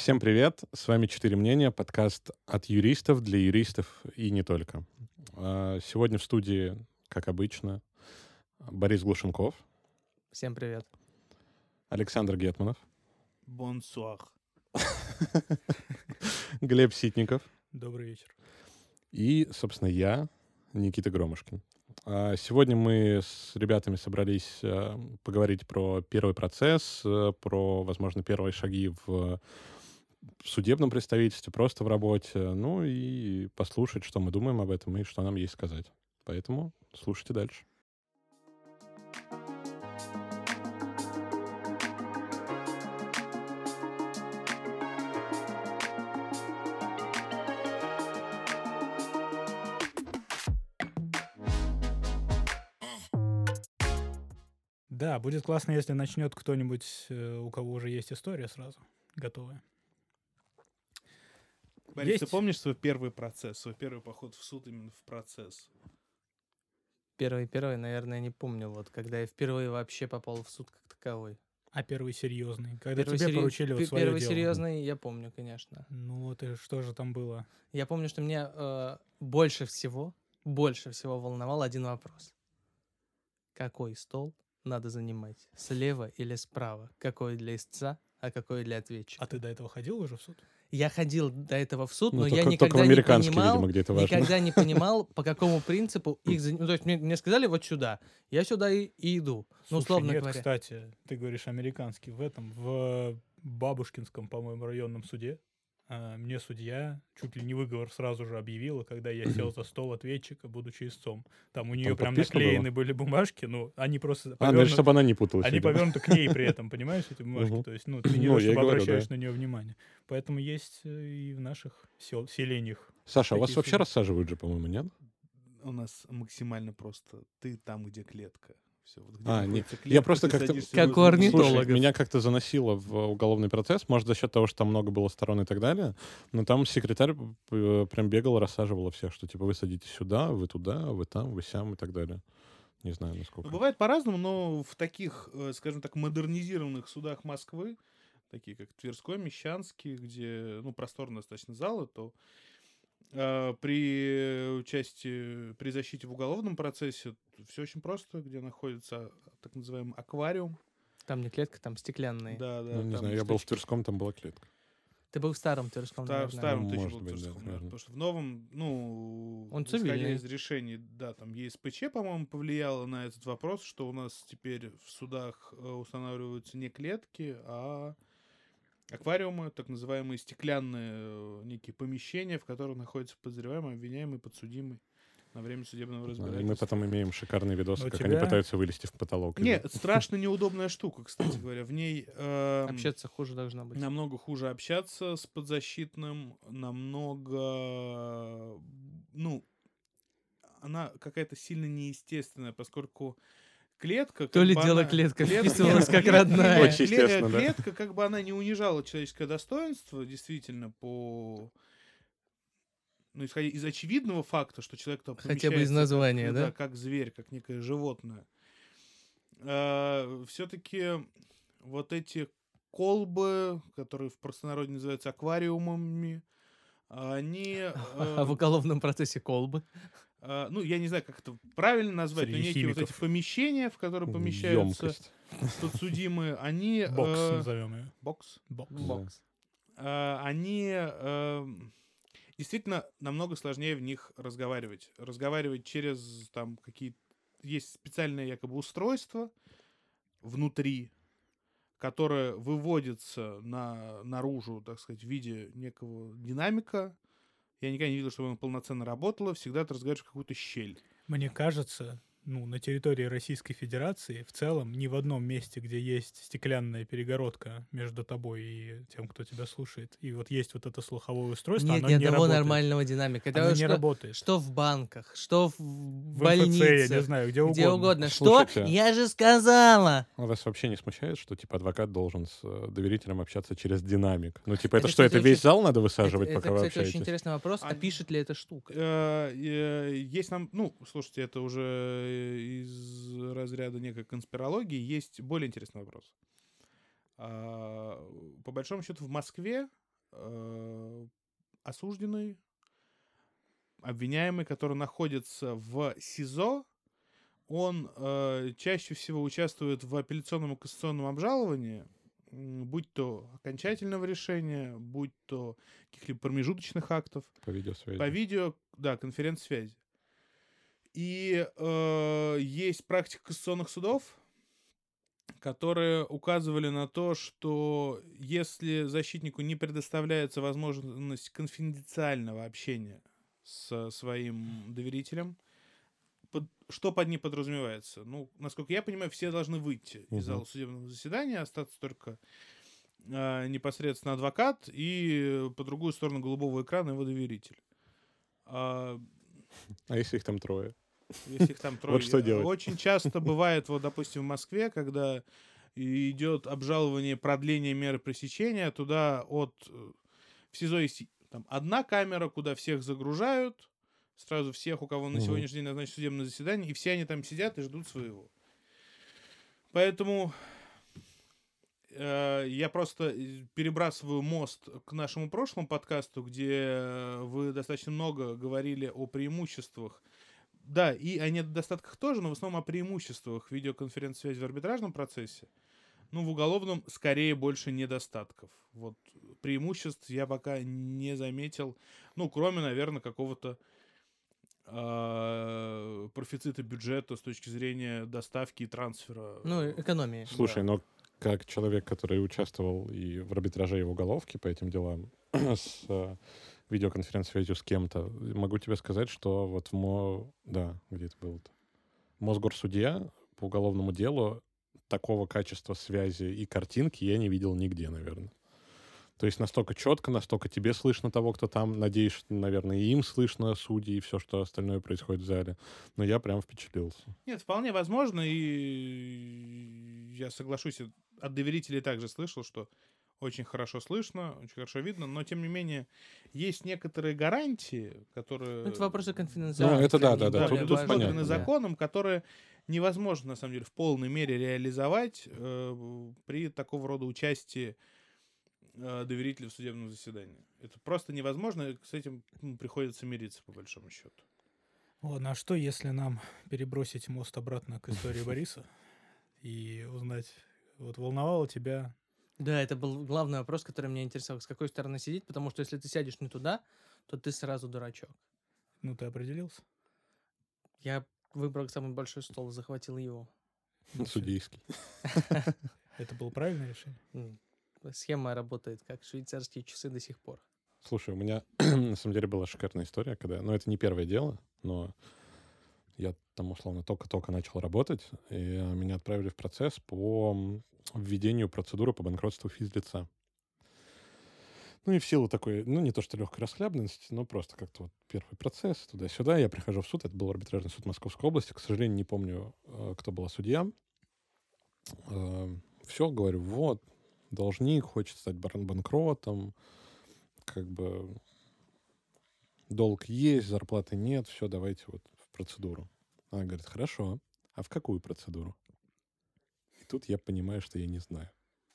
Всем привет! С вами «Четыре мнения», подкаст от юристов, для юристов и не только. Сегодня в студии, как обычно, Борис Глушенков, Всем привет. Александр Гетманов, Бонсуар. Глеб Ситников Добрый вечер. и, собственно, я, Никита Громышкин. Сегодня мы с ребятами собрались поговорить про первый процесс, про, возможно, первые шаги в судебном представительстве, просто в работе, ну и послушать, что мы думаем об этом и что нам есть сказать. Поэтому слушайте дальше. Да, будет классно, если начнет кто-нибудь, у кого уже есть история сразу готовая. Борис, ты Есть? помнишь свой первый процесс, свой первый поход в суд именно в процесс? Первый, наверное, не помню, вот когда я впервые вообще попал в суд как таковой. А первый серьезный? Когда Первый тебе поручили вот свое Первый дело? серьезный я помню, конечно. Ну вот и что же там было? Я помню, что меня больше всего волновал один вопрос. Какой стол надо занимать? Слева или справа? Какой для истца, а какой для ответчика? А ты до этого ходил уже в суд? Я ходил до этого в суд, Ну, но только- я только в никогда не американский, понимал, видимо, где это важно. никогда не понимал, по какому принципу их... Ну, то есть мне сказали вот сюда, я сюда и иду. Ну, Слушай, условно нет, говоря. кстати, ты говоришь американский. В Бабушкинском, по-моему, районном суде мне судья чуть ли не выговор сразу же объявила, когда я сел за стол ответчика, будучи истцом. Там у нее Там прям подписано наклеены были бумажки, ну, они просто Значит, чтобы она не путалась. они видимо. повернуты к ней при этом, понимаешь, эти бумажки? Мгм. То есть, ну, ты не Ну, то, я и чтобы говорю, обращаешь да. на нее внимание. Поэтому есть и в наших селениях. Саша, а вас такие вообще суды. рассаживают же, по-моему, нет? У нас максимально просто. Ты там, где клетка. Все, вот где А, находится я клетка, просто ты как-то- садишься Как возле у нее. орнитологов. Слушай, меня как-то заносило в уголовный процесс, может, за счет того, что там много было сторон и так далее, но там секретарь прям бегал, рассаживала всех, что типа вы садитесь сюда, вы туда, вы там, вы сям и так далее. Не знаю, насколько. Ну, бывает по-разному, но в таких, скажем так, модернизированных судах Москвы, такие как Тверской, Мещанский, где, ну, просторные достаточно залы, то при участии, при защите в уголовном процессе все очень просто, где находится так называемый аквариум. Там не клетка, там стеклянные. Да, Ну, не там знаю, я был в штучки. Тверском, там была клетка. Ты был в старом Тверском, В наверное. старом Ну, ты еще может был в быть, да, Тверском, да. наверное. Потому что в новом, ну, Он исходя цивильный. из решений, да, там ЕСПЧ, по-моему, повлияло на этот вопрос, что у нас теперь в судах устанавливаются не клетки, а аквариумы, так называемые стеклянные некие помещения, в которых находится подозреваемый, обвиняемый, подсудимый на время судебного И мы разбирательства. потом имеем шикарные видосы, Но как тебя- они пытаются вылезти в потолок. Нет, страшно неудобная штука, кстати говоря. В ней Общаться хуже должно быть. намного хуже общаться с подзащитным, намного, ну, она какая-то сильно неестественная, поскольку клетка... То как ли бы дело она- клетка клет- вписывалась нет, как родная. Очень естественно, да. Клетка, как бы она не унижала человеческое достоинство, действительно, по... Ну, исходя из очевидного факта, что человек там Хотя бы из помещается названия, как, да? как зверь, как некое животное. Все-таки вот эти колбы, которые в простонародье называются аквариумами, они... А в уголовном процессе колбы. ну, я не знаю, как это правильно назвать, но Среди некие вот эти химиков. помещения, в которые помещаются Ёмкость. подсудимые, они... Бокс назовем ее. Бокс. Бокс. Бокс. Они действительно намного сложнее в них разговаривать. Разговаривать через там какие-то... Есть специальное якобы устройство внутри, которое выводится наружу, так сказать, в виде некого динамика. Я никогда не видел, чтобы оно полноценно работало. Всегда ты разговариваешь в какую-то щель. Мне кажется, ну, на территории Российской Федерации в целом ни в одном месте, где есть стеклянная перегородка между тобой и тем, кто тебя слушает, и вот есть вот это слуховое устройство, Нет оно ни не одного работает. нормального динамика. Это Оно вот не что, работает. что в банках, что в В больницах, МФЦ, я не знаю, где угодно. где угодно. Слушайте. Что? Я же сказала! А вас вообще не смущает, что типа адвокат должен с доверителем общаться через динамик? Ну, типа, это Это, что, кстати, это весь очень- зал надо высаживать, это, пока вы кстати, очень общаетесь? интересный вопрос. А А- пишет ли эта штука? Есть нам, ну, слушайте, это уже из разряда некой конспирологии. Есть более интересный вопрос. По большому счету в Москве осужденный, обвиняемый, который находится в СИЗО, он чаще всего участвует в апелляционном и кассационном обжаловании, будь то окончательного решения, будь то каких-либо промежуточных актов. По видеосвязи. По видео, да, конференц-связи. И есть практика кассационных судов, которые указывали на то, что если защитнику не предоставляется возможность конфиденциального общения со своим доверителем, что под ним подразумевается? Ну, насколько я понимаю, все должны выйти из зала судебного заседания, остаться только непосредственно адвокат и по другую сторону голубого экрана его доверитель. А если их там трое? Если их там трое. Вот что делать? Очень часто бывает, вот, допустим, в Москве, когда идет обжалование продления меры пресечения, туда в СИЗО есть там одна камера, куда всех загружают, сразу всех, у кого на сегодняшний день назначено судебное заседание, и все они там сидят и ждут своего. Поэтому я просто перебрасываю мост к нашему прошлому подкасту, где вы достаточно много говорили о преимуществах. Да, и о недостатках тоже, но в основном о преимуществах видеоконференц-связи в арбитражном процессе. Ну, в уголовном скорее больше недостатков. Вот преимуществ я пока не заметил. Ну, кроме, наверное, какого-то профицита бюджета с точки зрения доставки и трансфера. Ну, экономии. Слушай, но как человек, который участвовал и в арбитраже, и в уголовке по этим делам, с видеоконференц-связью с кем-то, могу тебе сказать, что вот где это было-то? В Мосгорсуде по уголовному делу такого качества связи и картинки я не видел нигде, наверное. То есть настолько четко, настолько тебе слышно того, кто там. Надеюсь, что, наверное, и им слышно судьи и все, что остальное происходит в зале. Но я прям впечатлился. Нет, вполне возможно, и я соглашусь, от доверителей также слышал, что очень хорошо слышно, очень хорошо видно, но, тем не менее, есть некоторые гарантии, которые... Это вопросы конфиденциальности. Ну, это да. Тут понятно, понятно, законом, которые невозможно, на самом деле, в полной мере реализовать при такого рода участии доверителя в судебном заседании. Это просто невозможно, и с этим приходится мириться, по большому счету. Ладно, а что, если нам перебросить мост обратно к истории Бориса и узнать, вот волновало тебя... Да, это был главный вопрос, который меня интересовал, с какой стороны сидеть, потому что если ты сядешь не туда, то ты сразу дурачок. Ну, ты определился? Я выбрал самый большой стол, захватил его. Судейский. Это было правильное решение? Схема работает как швейцарские часы до сих пор. Слушай, у меня на самом деле была шикарная история, когда... Ну, это не первое дело, но я там, условно, только-только начал работать, и меня отправили в процесс по введению процедуры по банкротству физлица. Ну, и в силу такой, ну, не то что легкой расхлябанности, но просто как-то вот первый процесс, туда-сюда. Я прихожу в суд, это был арбитражный суд Московской области. К сожалению, не помню, кто была судья. Все, говорю, вот, должник хочет стать банкротом, как бы долг есть, зарплаты нет, все, давайте вот в процедуру. Она говорит, хорошо, а в какую процедуру? И тут я понимаю, что я не знаю.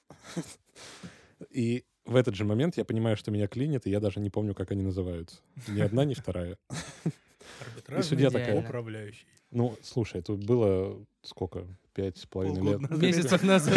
И в этот же момент я понимаю, что меня клинит, и я даже не помню, как они называются. Ни одна, ни вторая. Арбитражный судья такая, управляющий. Ну, слушай, тут было сколько? 5,5 лет. Месяцев назад.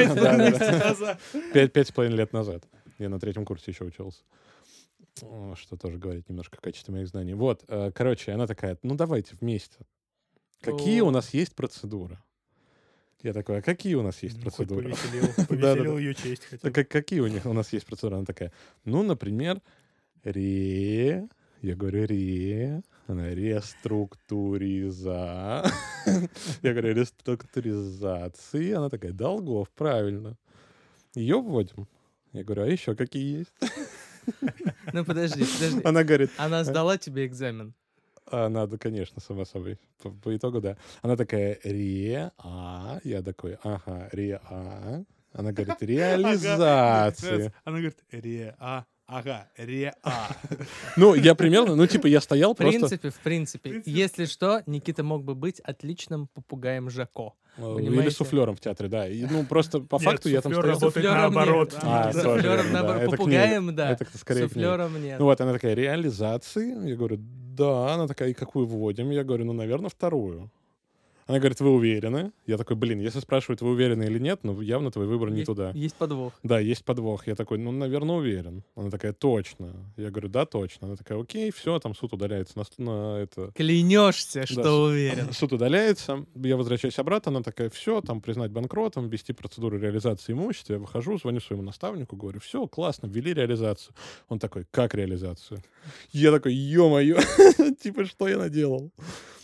5,5 лет назад. Я на 3 курсе еще учился. Что тоже говорит немножко о качестве моих знаний. Вот, короче, она такая, ну давайте вместе. Какие у нас есть процедуры? Я такой, а какие у нас есть процедуры? Повеселил ее честь. Какие у нас есть процедуры? Она такая, ну, например, я говорю, она реструктуризация. Я говорю, реструктуризации. Она такая, долгов, правильно. Ее вводим. Я говорю, а еще какие есть? Ну, подожди. Она говорит... Она сдала тебе экзамен? Надо, конечно, само собой. По итогу, да. Она такая, я такой, ага, Она говорит, реализация. Она говорит, Ага, реа. Ну, я примерно, ну, типа, я стоял В просто... принципе, если что, Никита мог бы быть отличным попугаем Жако. Или Понимаете? суфлером в театре, да. И, ну, просто по Нет, факту я там суфлер стоял... работает Суфлером наоборот. нет. А, Никита. тоже Суфлером, верно, да. наоборот, Это к ней. попугаем, да. Это скорее к ней. Суфлером нет. Ну вот, она такая, реализации? Я говорю, да. Она такая, и какую вводим? Я говорю, ну, наверное, вторую. Она говорит, вы уверены? Я такой, блин, если спрашивают, вы уверены или нет, ну, явно твой выбор не Есть- туда. Есть подвох. Да, есть подвох. Я такой, ну, наверное, уверен. Она такая, точно. Я говорю, да, точно. Она такая, окей, все, там суд удаляется на это... Клянешься, что Да, уверен. Суд удаляется, я возвращаюсь обратно, она такая, все, там, признать банкротом, ввести процедуру реализации имущества. Я выхожу, звоню своему наставнику, говорю, все, классно, ввели реализацию. Он такой, как реализацию? Я такой, ё-моё, типа, что я наделал?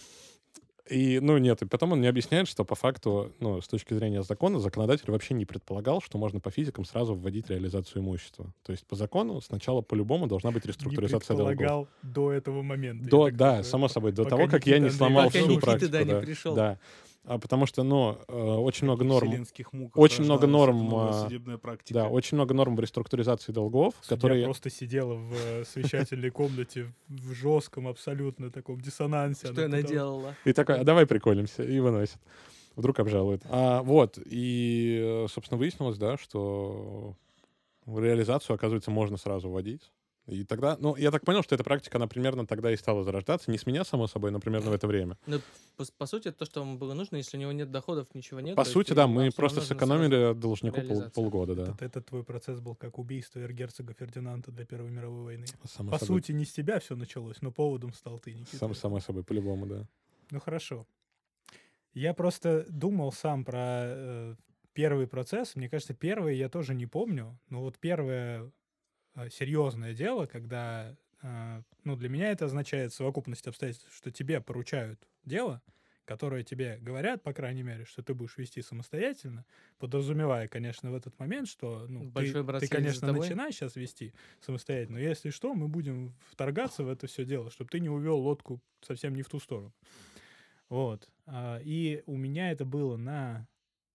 И, ну, нет, и потом он мне объясняет, что по факту, ну, с точки зрения закона, законодатель вообще не предполагал, что можно по физикам сразу вводить реализацию имущества. То есть по закону сначала по-любому должна быть Не реструктуризация долгов. предполагал до этого момента. я До, так да, понимаю. само собой, до Пока того, как я не Никита сломал Пока всю Никита, практику. да, не пришел. Да. Потому что, ну, очень много В норм. вселенских муках Очень много рождалась эта норм, новая судебная практика. Да, очень много норм в реструктуризации долгов, Судья которые... просто сидела в совещательной комнате в жестком абсолютно таком диссонансе. Что она пыталась- делала? И такой, а давай приколимся, и выносит. Вдруг обжалует. Вот, и, собственно, выяснилось, да, что реализацию, оказывается, можно сразу вводить. И тогда, ну, я так понял, что эта практика, она примерно тогда и стала зарождаться. Не с меня, само собой, но примерно в это время. Ну, по сути, это то, что вам было нужно, если у него нет доходов, ничего нет. По то есть сути, и да, вам мы всё просто равно нужно сэкономили должнику реализация. полгода, да. Этот твой процесс был как убийство эрцгерцога Фердинанда для Первой мировой войны. Само По собой. сути, не с тебя все началось, но поводом стал ты, Никита. Само собой, по-любому, да. Ну хорошо. Я просто думал сам про первый процесс. Мне кажется, первый я тоже не помню. Но вот первое серьезное дело, когда, ну, для меня это означает совокупность обстоятельств, что тебе поручают дело, которое тебе говорят, по крайней мере, что ты будешь вести самостоятельно, подразумевая, конечно, в этот момент, что ну, Большой брат ты, следит за конечно, тобой. начинаешь сейчас вести самостоятельно, но если что, мы будем вторгаться в это все дело, чтобы ты не увел лодку совсем не в ту сторону. Вот. И у меня это было на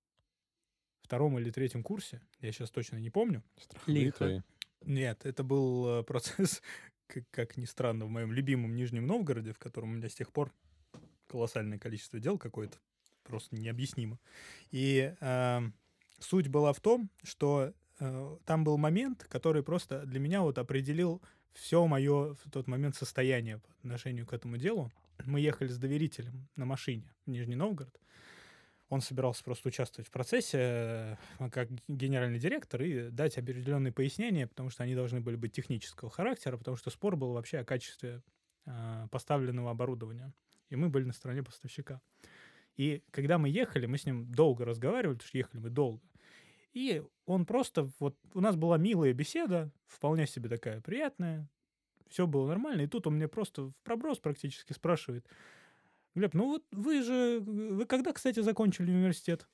2-м или 3-м курсе, я сейчас точно не помню. Страховые Лихо. твои. Нет, это был процесс, как ни странно, в моем любимом Нижнем Новгороде, в котором у меня с тех пор колоссальное количество дел какое-то, просто необъяснимо. И суть была в том, что там был момент, который просто для меня вот определил все мое в тот момент состояние по отношению к этому делу. Мы ехали с доверителем на машине в Нижний Новгород. Он собирался просто участвовать в процессе как генеральный директор и дать определенные пояснения, потому что они должны были быть технического характера, потому что спор был вообще о качестве поставленного оборудования. И мы были на стороне поставщика. И когда мы ехали, мы с ним долго разговаривали, потому что ехали мы долго. И он просто... Вот у нас была милая беседа, вполне себе такая приятная. Все было нормально. И тут он мне просто в проброс практически спрашивает: Глеб, ну вот вы когда, кстати, закончили университет?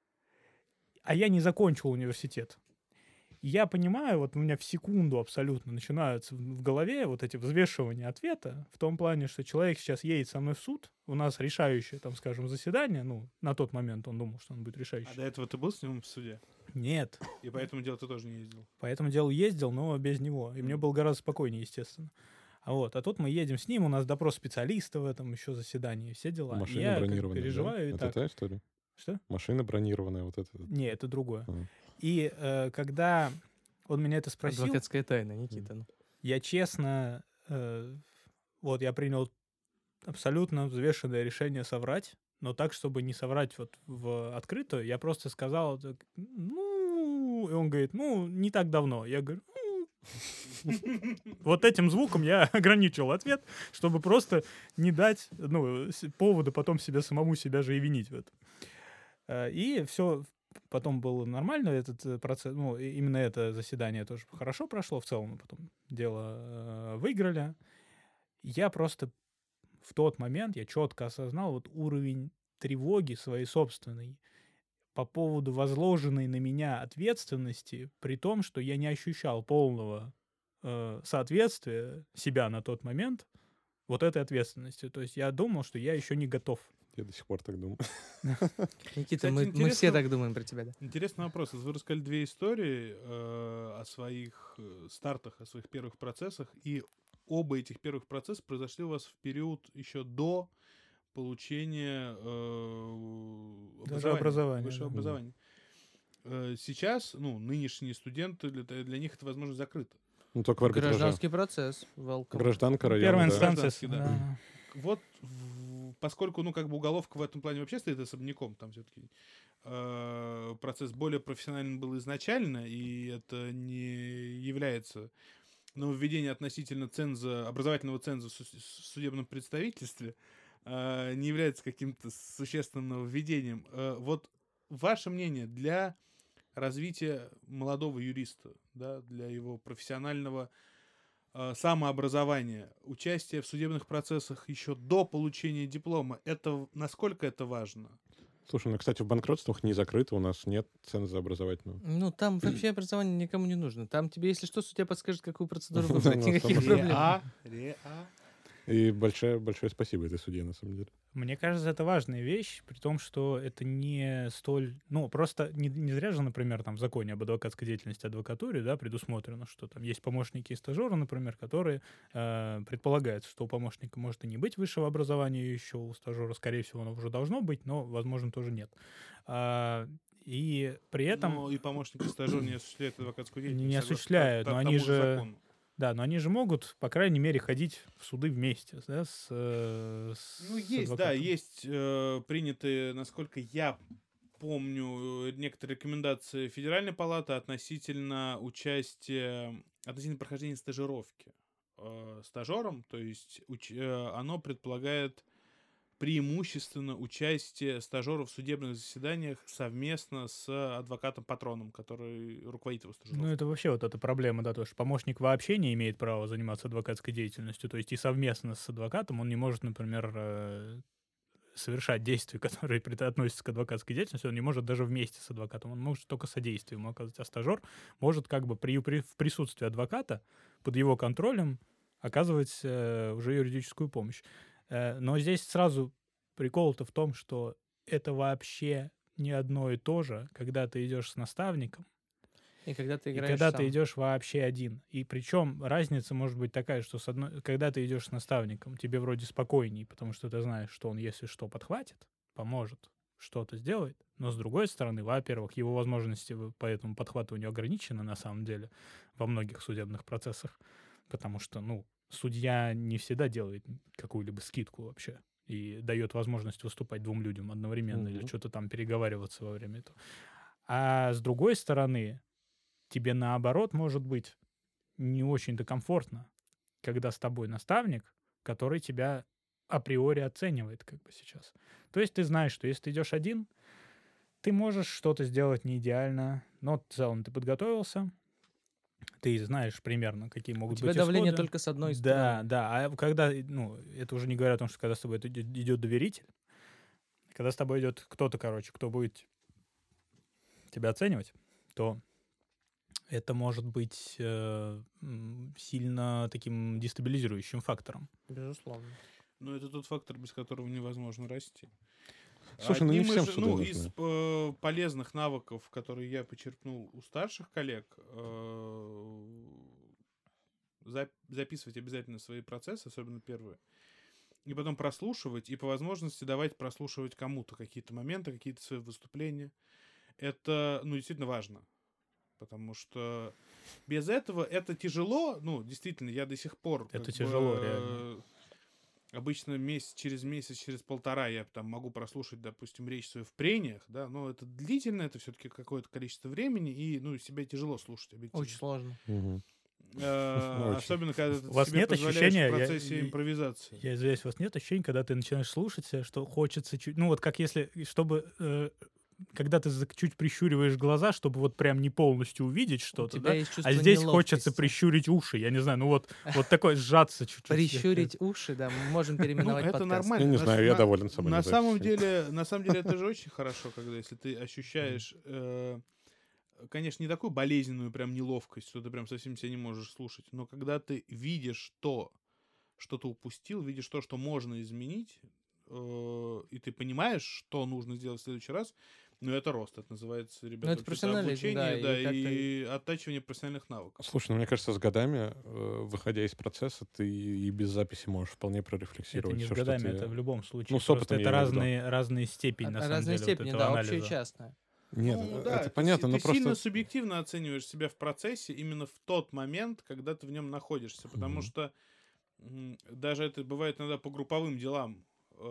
А я не закончил университет. Я понимаю, вот у меня в секунду абсолютно начинаются в голове вот эти взвешивания ответа, в том плане, что человек сейчас едет со мной в суд, у нас решающее, там, скажем, заседание, ну, на тот момент он думал, что он будет А решающий. до этого ты был с ним в суде? Нет, И по этому делу ты тоже не ездил? по этому делу ездил, но без него, и мне было гораздо спокойнее, естественно. А тут мы едем с ним, у нас допрос специалиста в этом еще заседании, все дела. И Машина я как бронированная, переживаю и да? так. Это та история? Что? Машина бронированная, вот это. Не, это другое. Ага. И когда он меня это спросил, Адвокатская тайна, Никита. ну. я честно, вот я принял абсолютно взвешенное решение соврать, но так, чтобы не соврать вот в открытую, я просто сказал, так, ну, и он говорит, ну, не так давно. Я говорю, вот этим звуком я ограничил ответ, чтобы просто не дать, ну, повода потом самому себя же и винить в этом. И все потом было нормально, этот процесс, ну, именно это заседание тоже хорошо прошло в целом, потом дело выиграли. Я просто в тот момент, я четко осознал вот уровень тревоги своей собственной по поводу возложенной на меня ответственности, при том, что я не ощущал полного соответствия себя на тот момент вот этой ответственностью. То есть я думал, что я еще не готов. Я до сих пор так думаю. Никита, Кстати, мы все интересно- так думаем про тебя, да? Интересный вопрос. Вы рассказали 2 истории о своих стартах, о своих первых процессах, и оба этих первых процесса произошли у вас в период еще до получения Даже образования, высшего да. образования. Сейчас, нынешние студенты, для них это, возможно, закрыто. Ну, только в арбитраже. Гражданский процесс. Welcome. Гражданка района, Первая да. инстанция. Гражданский, да. Вот, поскольку, уголовка в этом плане вообще стоит особняком, там все-таки процесс более профессиональным был изначально, и это не является нововведение относительно образовательного ценза в судебном представительстве, не является каким-то существенным нововведением. Вот ваше мнение для развития молодого юриста, да, для его профессионального самообразования, участие в судебных процессах еще до получения диплома, насколько это важно? Слушай, кстати, в банкротствах не закрыто, у нас нет ценза образовательного. Ну, там вообще образование никому не нужно. Там тебе, если что, судья подскажет, какую процедуру выбрать. Ну, Никаких само проблем. И большое спасибо этой судье, на самом деле. Мне кажется, это важная вещь, при том, что это не столь... просто не зря же, например, там в законе об адвокатской деятельности адвокатуре, да, предусмотрено, что там есть помощники и стажеры, например, которые предполагается, что у помощника может и не быть высшего образования еще, у стажера, скорее всего, оно уже должно быть, но, возможно, тоже нет. И при этом... Но и помощник и стажер не осуществляют адвокатскую деятельность. Не согласно осуществляют, но тому они же... закону. Да, но они же могут, по крайней мере, ходить в суды вместе, да, с Есть, да, адвокатом. есть принятые, насколько я помню, некоторые рекомендации Федеральной палаты относительно прохождения стажировки стажером, то есть оно предполагает преимущественно участие стажеров в судебных заседаниях совместно с адвокатом-патроном, который руководит его стажировкой. Ну, это вообще вот эта проблема, да, то, что помощник вообще не имеет права заниматься адвокатской деятельностью, то есть и совместно с адвокатом он не может, например, совершать действия, которые относятся к адвокатской деятельности, он не может даже вместе с адвокатом, он может только содействие ему оказать, а стажер может как бы в присутствии адвоката под его контролем оказывать уже юридическую помощь. Но здесь сразу прикол-то в том, что это вообще не одно и то же, когда ты идешь с наставником, И когда ты и играешь когда сам. ты идешь вообще один. И причем разница может быть такая, что когда ты идешь с наставником, тебе вроде спокойней, потому что ты знаешь, что он, если что, подхватит, поможет, что-то сделает. Но с другой стороны, во-первых, его возможности по этому подхватыванию ограничены на самом деле во многих судебных процессах, потому что, судья не всегда делает какую-либо скидку вообще и дает возможность выступать 2 людям одновременно или что-то там переговариваться во время этого. А с другой стороны, тебе наоборот может быть не очень-то комфортно, когда с тобой наставник, который тебя априори оценивает как бы сейчас. То есть ты знаешь, что если ты идешь один, ты можешь что-то сделать не идеально, но в целом ты подготовился, ты знаешь примерно, какие У могут тебя быть давление исходы. только с одной Да, стороны. да. А когда, это уже не говоря о том, что когда с тобой идет доверитель, когда с тобой идет кто-то, кто будет тебя оценивать, то это может быть сильно таким дестабилизирующим фактором. Безусловно. Но это тот фактор, без которого невозможно расти. Слушай, не всем суды нужны. Из полезных навыков, которые я почерпнул у старших коллег, записывать обязательно свои процессы, особенно первые, и потом прослушивать, и по возможности давать прослушивать кому-то какие-то моменты, какие-то свои выступления. Это, действительно важно. Потому что без этого это тяжело. Действительно, я до сих пор... Это тяжело, реально. Обычно через полтора я там могу прослушать, допустим, речь свою в прениях, да, но это длительно, это все-таки какое-то количество времени, и, себя тяжело слушать объективно. Очень сложно. Особенно, когда ты У вас себе нет позволяешь ощущения, в процессе импровизации. Я извиняюсь, у вас нет ощущения, когда ты начинаешь слушать, что хочется чуть... как если, чтобы... когда ты чуть прищуриваешь глаза, чтобы вот прям не полностью увидеть что-то, У тебя да? есть чувство А здесь хочется неловкости. прищурить уши, я не знаю, вот такое сжаться чуть-чуть. Прищурить уши, да, мы можем переименовать это подкаст. нормально. Я не знаю, я доволен собой. На самом деле, это же очень хорошо, когда если ты ощущаешь, конечно, не такую болезненную прям неловкость, что ты прям совсем себя не можешь слушать, но когда ты видишь то, что ты упустил, видишь то, что можно изменить, и ты понимаешь, что нужно сделать в следующий раз, ну, это рост. Это называется, ребята, это вообще-то профессионализм, да, обучение, да, и как-то... и оттачивание профессиональных навыков. Слушай, ну мне кажется, с годами, выходя из процесса, ты и без записи можешь вполне Это прорефлексировать не с всё, что годами, ты... это в любом случае. Ну, с Просто опытом это я имею в виду. разные степени, на самом Разные деле, вот степени, этого да, общее и анализа. частное. Нет, Ну, да, это понятно, но ты сильно просто... субъективно оцениваешь себя в процессе именно в тот момент, когда ты в нем находишься, потому Мгм. что даже это бывает иногда по групповым делам.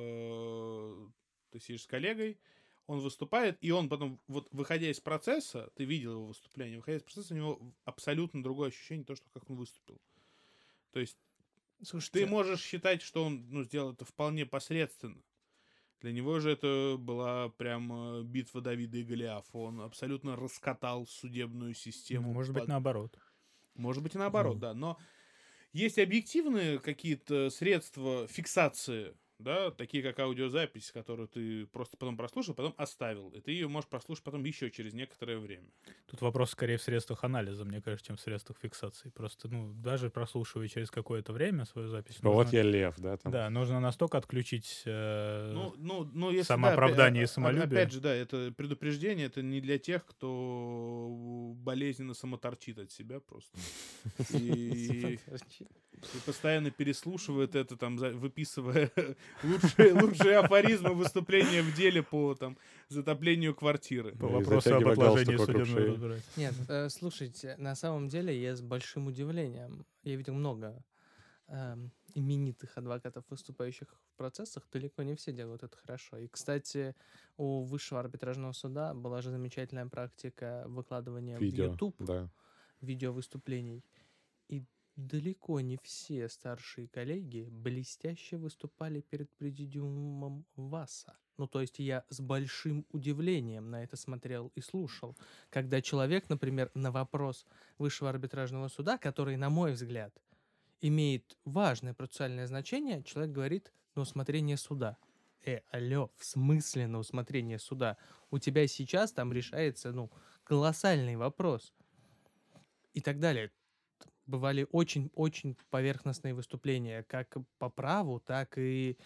Ты сидишь с коллегой, он выступает, и он потом, вот выходя из процесса, ты видел его выступление, выходя из процесса, у него абсолютно другое ощущение, то, что как он выступил. То есть ты Слушайте, можешь считать, что он сделал это вполне посредственно. Для него же это была прям битва Давида и Голиафа. Он абсолютно раскатал судебную Ну, систему. может быть, наоборот. Может быть и наоборот, Мгм. да. Но есть объективные какие-то средства фиксации, да, такие как аудиозапись, которую ты просто потом прослушал, потом оставил. И ты ее можешь прослушать потом еще через некоторое время. Тут вопрос скорее в средствах анализа, мне кажется, чем в средствах фиксации. Просто, ну, даже прослушивая через какое-то время свою запись, Типа, вот нужно, я лев, да, там. да, нужно настолько отключить Ну, если да, самооправдание и самолюбие. опять же, да, это предупреждение, это не для тех, кто болезненно самоторчит от себя просто. И постоянно переслушивает это, там, выписывая лучшие афоризмы выступления в деле по там затоплению квартиры. По И вопросу об затягивая отложении галстук вокруг судебного шеи. разбирательства. Нет, слушайте, на самом деле я с большим удивлением, я видел много именитых адвокатов, выступающих в процессах, далеко не все делают это хорошо. И, кстати, у Высшего арбитражного суда была же замечательная практика выкладывания в Видео, YouTube да. видеовыступлений. И далеко не все старшие коллеги блестяще выступали перед президиумом ВАСа. Ну, то есть я с большим удивлением на это смотрел и слушал. Когда человек, например, на вопрос Высшего арбитражного суда, который, на мой взгляд, имеет важное процессуальное значение, человек говорит на усмотрение суда. Алло, в смысле на усмотрение суда? У тебя сейчас там решается, ну, колоссальный вопрос. И так далее. Бывали очень-очень поверхностные выступления, как по праву, так и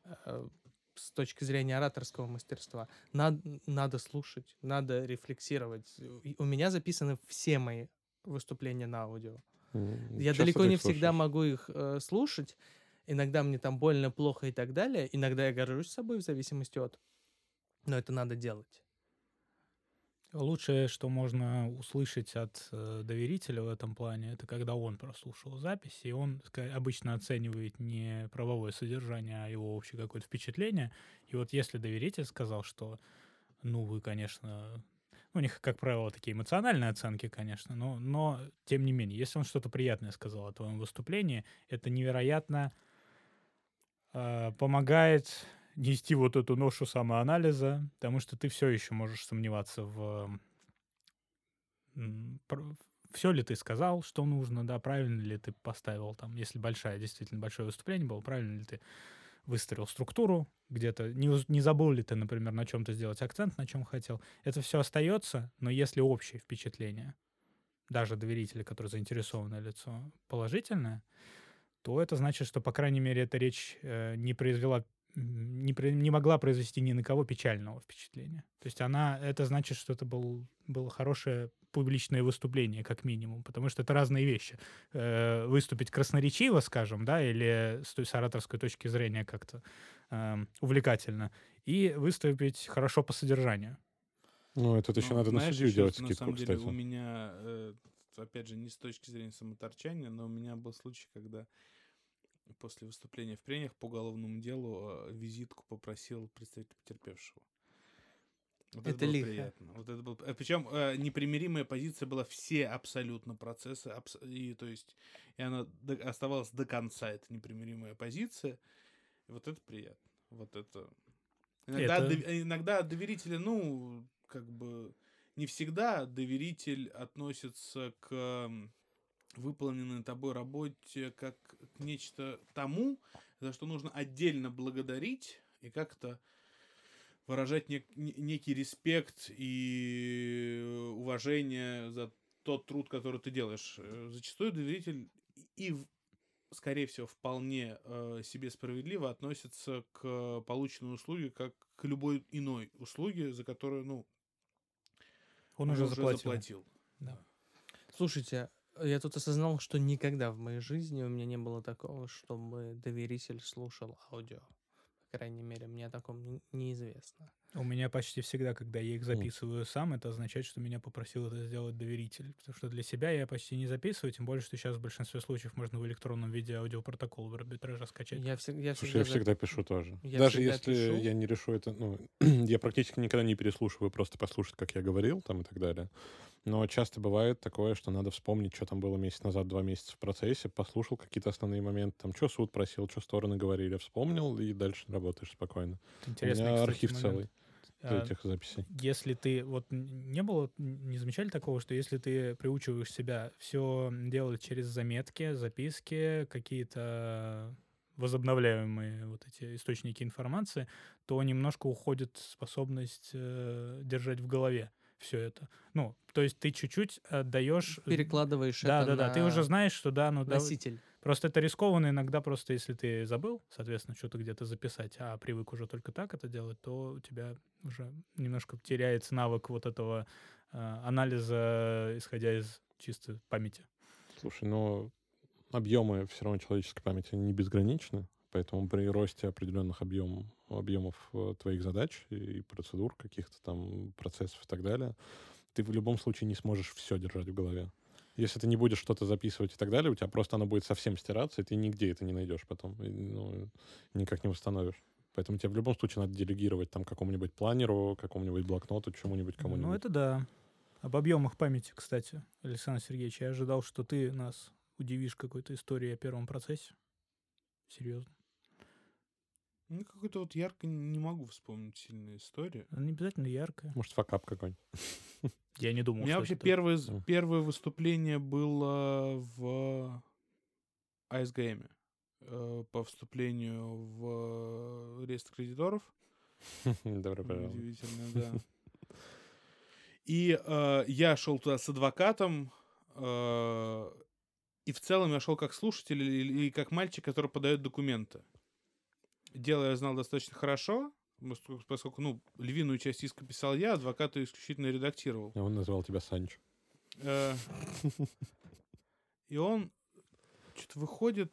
с точки зрения ораторского мастерства. Надо слушать, надо рефлексировать. И у меня записаны все мои выступления на аудио. Я Часто далеко ты не их всегда слушаешь? могу их слушать. Иногда мне там больно, плохо и так далее. Иногда я горжусь собой в зависимости от... Но это надо делать. Лучшее, что можно услышать от доверителя в этом плане, это когда он прослушал запись, и он обычно оценивает не правовое содержание, а его общее какое-то впечатление. И вот если доверитель сказал, что, ну, вы, конечно... У них, как правило, такие эмоциональные оценки, конечно, но тем не менее, если он что-то приятное сказал о твоем выступлении, это невероятно помогает нести вот эту ношу самоанализа, потому что ты все еще можешь сомневаться в все ли ты сказал, что нужно, да, правильно ли ты поставил там, если действительно большое выступление было, правильно ли ты выстроил структуру где-то, не забыл ли ты, например, на чем-то сделать акцент, на чем хотел. Это все остается, но если общее впечатление, даже доверителя, который заинтересованное лицо, положительное, то это значит, что, по крайней мере, эта речь не могла произвести ни на кого печального впечатления. То есть это значит, что это было хорошее публичное выступление, как минимум, потому что это разные вещи. Выступить красноречиво, скажем, да, или с ораторской точки зрения как-то увлекательно, и выступить хорошо по содержанию. Ну, это еще надо на Знаешь, судью еще делать на скидку, самом деле кстати. у меня, опять же, не с точки зрения самоторчания, но у меня был случай, когда после выступления в прениях по уголовному делу визитку попросил представитель потерпевшего. Вот это Это было лихо. приятно. Вот это было... Причем непримиримая позиция была все абсолютно процессы, и то есть и она оставалась до конца, эта непримиримая позиция. И вот это приятно. Вот это... Иногда доверители, ну, как бы не всегда доверитель относится к выполненной тобой работе как к нечто тому, за что нужно отдельно благодарить и как-то выражать некий респект и уважение за тот труд, который ты делаешь. Зачастую доверитель и скорее всего, вполне себе справедливо относится к полученной услуге как к любой иной услуге, за которую, ну, Он уже заплатил. Да. Слушайте, я тут осознал, что никогда в моей жизни у меня не было такого, чтобы доверитель слушал аудио. По крайней мере, мне о таком неизвестно. У меня почти всегда, когда я их записываю сам, это означает, что меня попросил это сделать доверитель. Потому что для себя я почти не записываю, тем более, что сейчас в большинстве случаев можно в электронном виде аудиопротокол в арбитраже скачать. Слушай, я всегда пишу тоже. Я Даже всегда если пишу. я не решу это, ну, я практически никогда не переслушиваю, просто послушать, как я говорил там и так далее. Но часто бывает такое, что надо вспомнить, что там было месяц назад, 2 месяца в процессе, послушал какие-то основные моменты, там, что суд просил, что стороны говорили, вспомнил, и дальше работаешь спокойно. Интересный, У меня кстати, архив момент. целый этих записей. Если ты, вот не замечали такого, что если ты приучиваешь себя все делать через заметки, записки, какие-то возобновляемые вот эти источники информации, то немножко уходит способность держать в голове все это. Ну, то есть ты чуть-чуть отдаешь... Перекладываешь Да, это да, на ты уже знаешь, что да, ну да. носитель. Просто это рискованно иногда, просто если ты забыл, соответственно, что-то где-то записать, а привык уже только так это делать, то у тебя уже немножко теряется навык вот этого анализа, исходя из чистой памяти. Слушай, но объемы все равно человеческой памяти не безграничны, поэтому при росте определенных объемов твоих задач и процедур, каких-то там процессов и так далее, ты в любом случае не сможешь все держать в голове. Если ты не будешь что-то записывать и так далее, у тебя просто оно будет совсем стираться, и ты нигде это не найдешь потом, и, ну, никак не восстановишь. Поэтому тебе в любом случае надо делегировать там какому-нибудь планеру, какому-нибудь блокноту, чему-нибудь, кому-нибудь. Ну, это да. Об объемах памяти, кстати, Александр Сергеевич, я ожидал, что ты нас удивишь какой-то историей о первом процессе. Серьезно. Ну, какой-то вот ярко не могу вспомнить сильную историю. Она не обязательно яркая. Может, факап какой-нибудь. Я не думал, У меня что вообще это... первое выступление было в АСГМ по вступлению в реестр кредиторов. Добро пожаловать. Удивительно, да. И я шел туда с адвокатом, и в целом я шел как слушатель или как мальчик, который подает документы. Дело я знал достаточно хорошо, поскольку, ну, львиную часть иска писал я, адвоката исключительно редактировал. И он назвал тебя Санчо. И он что-то выходит...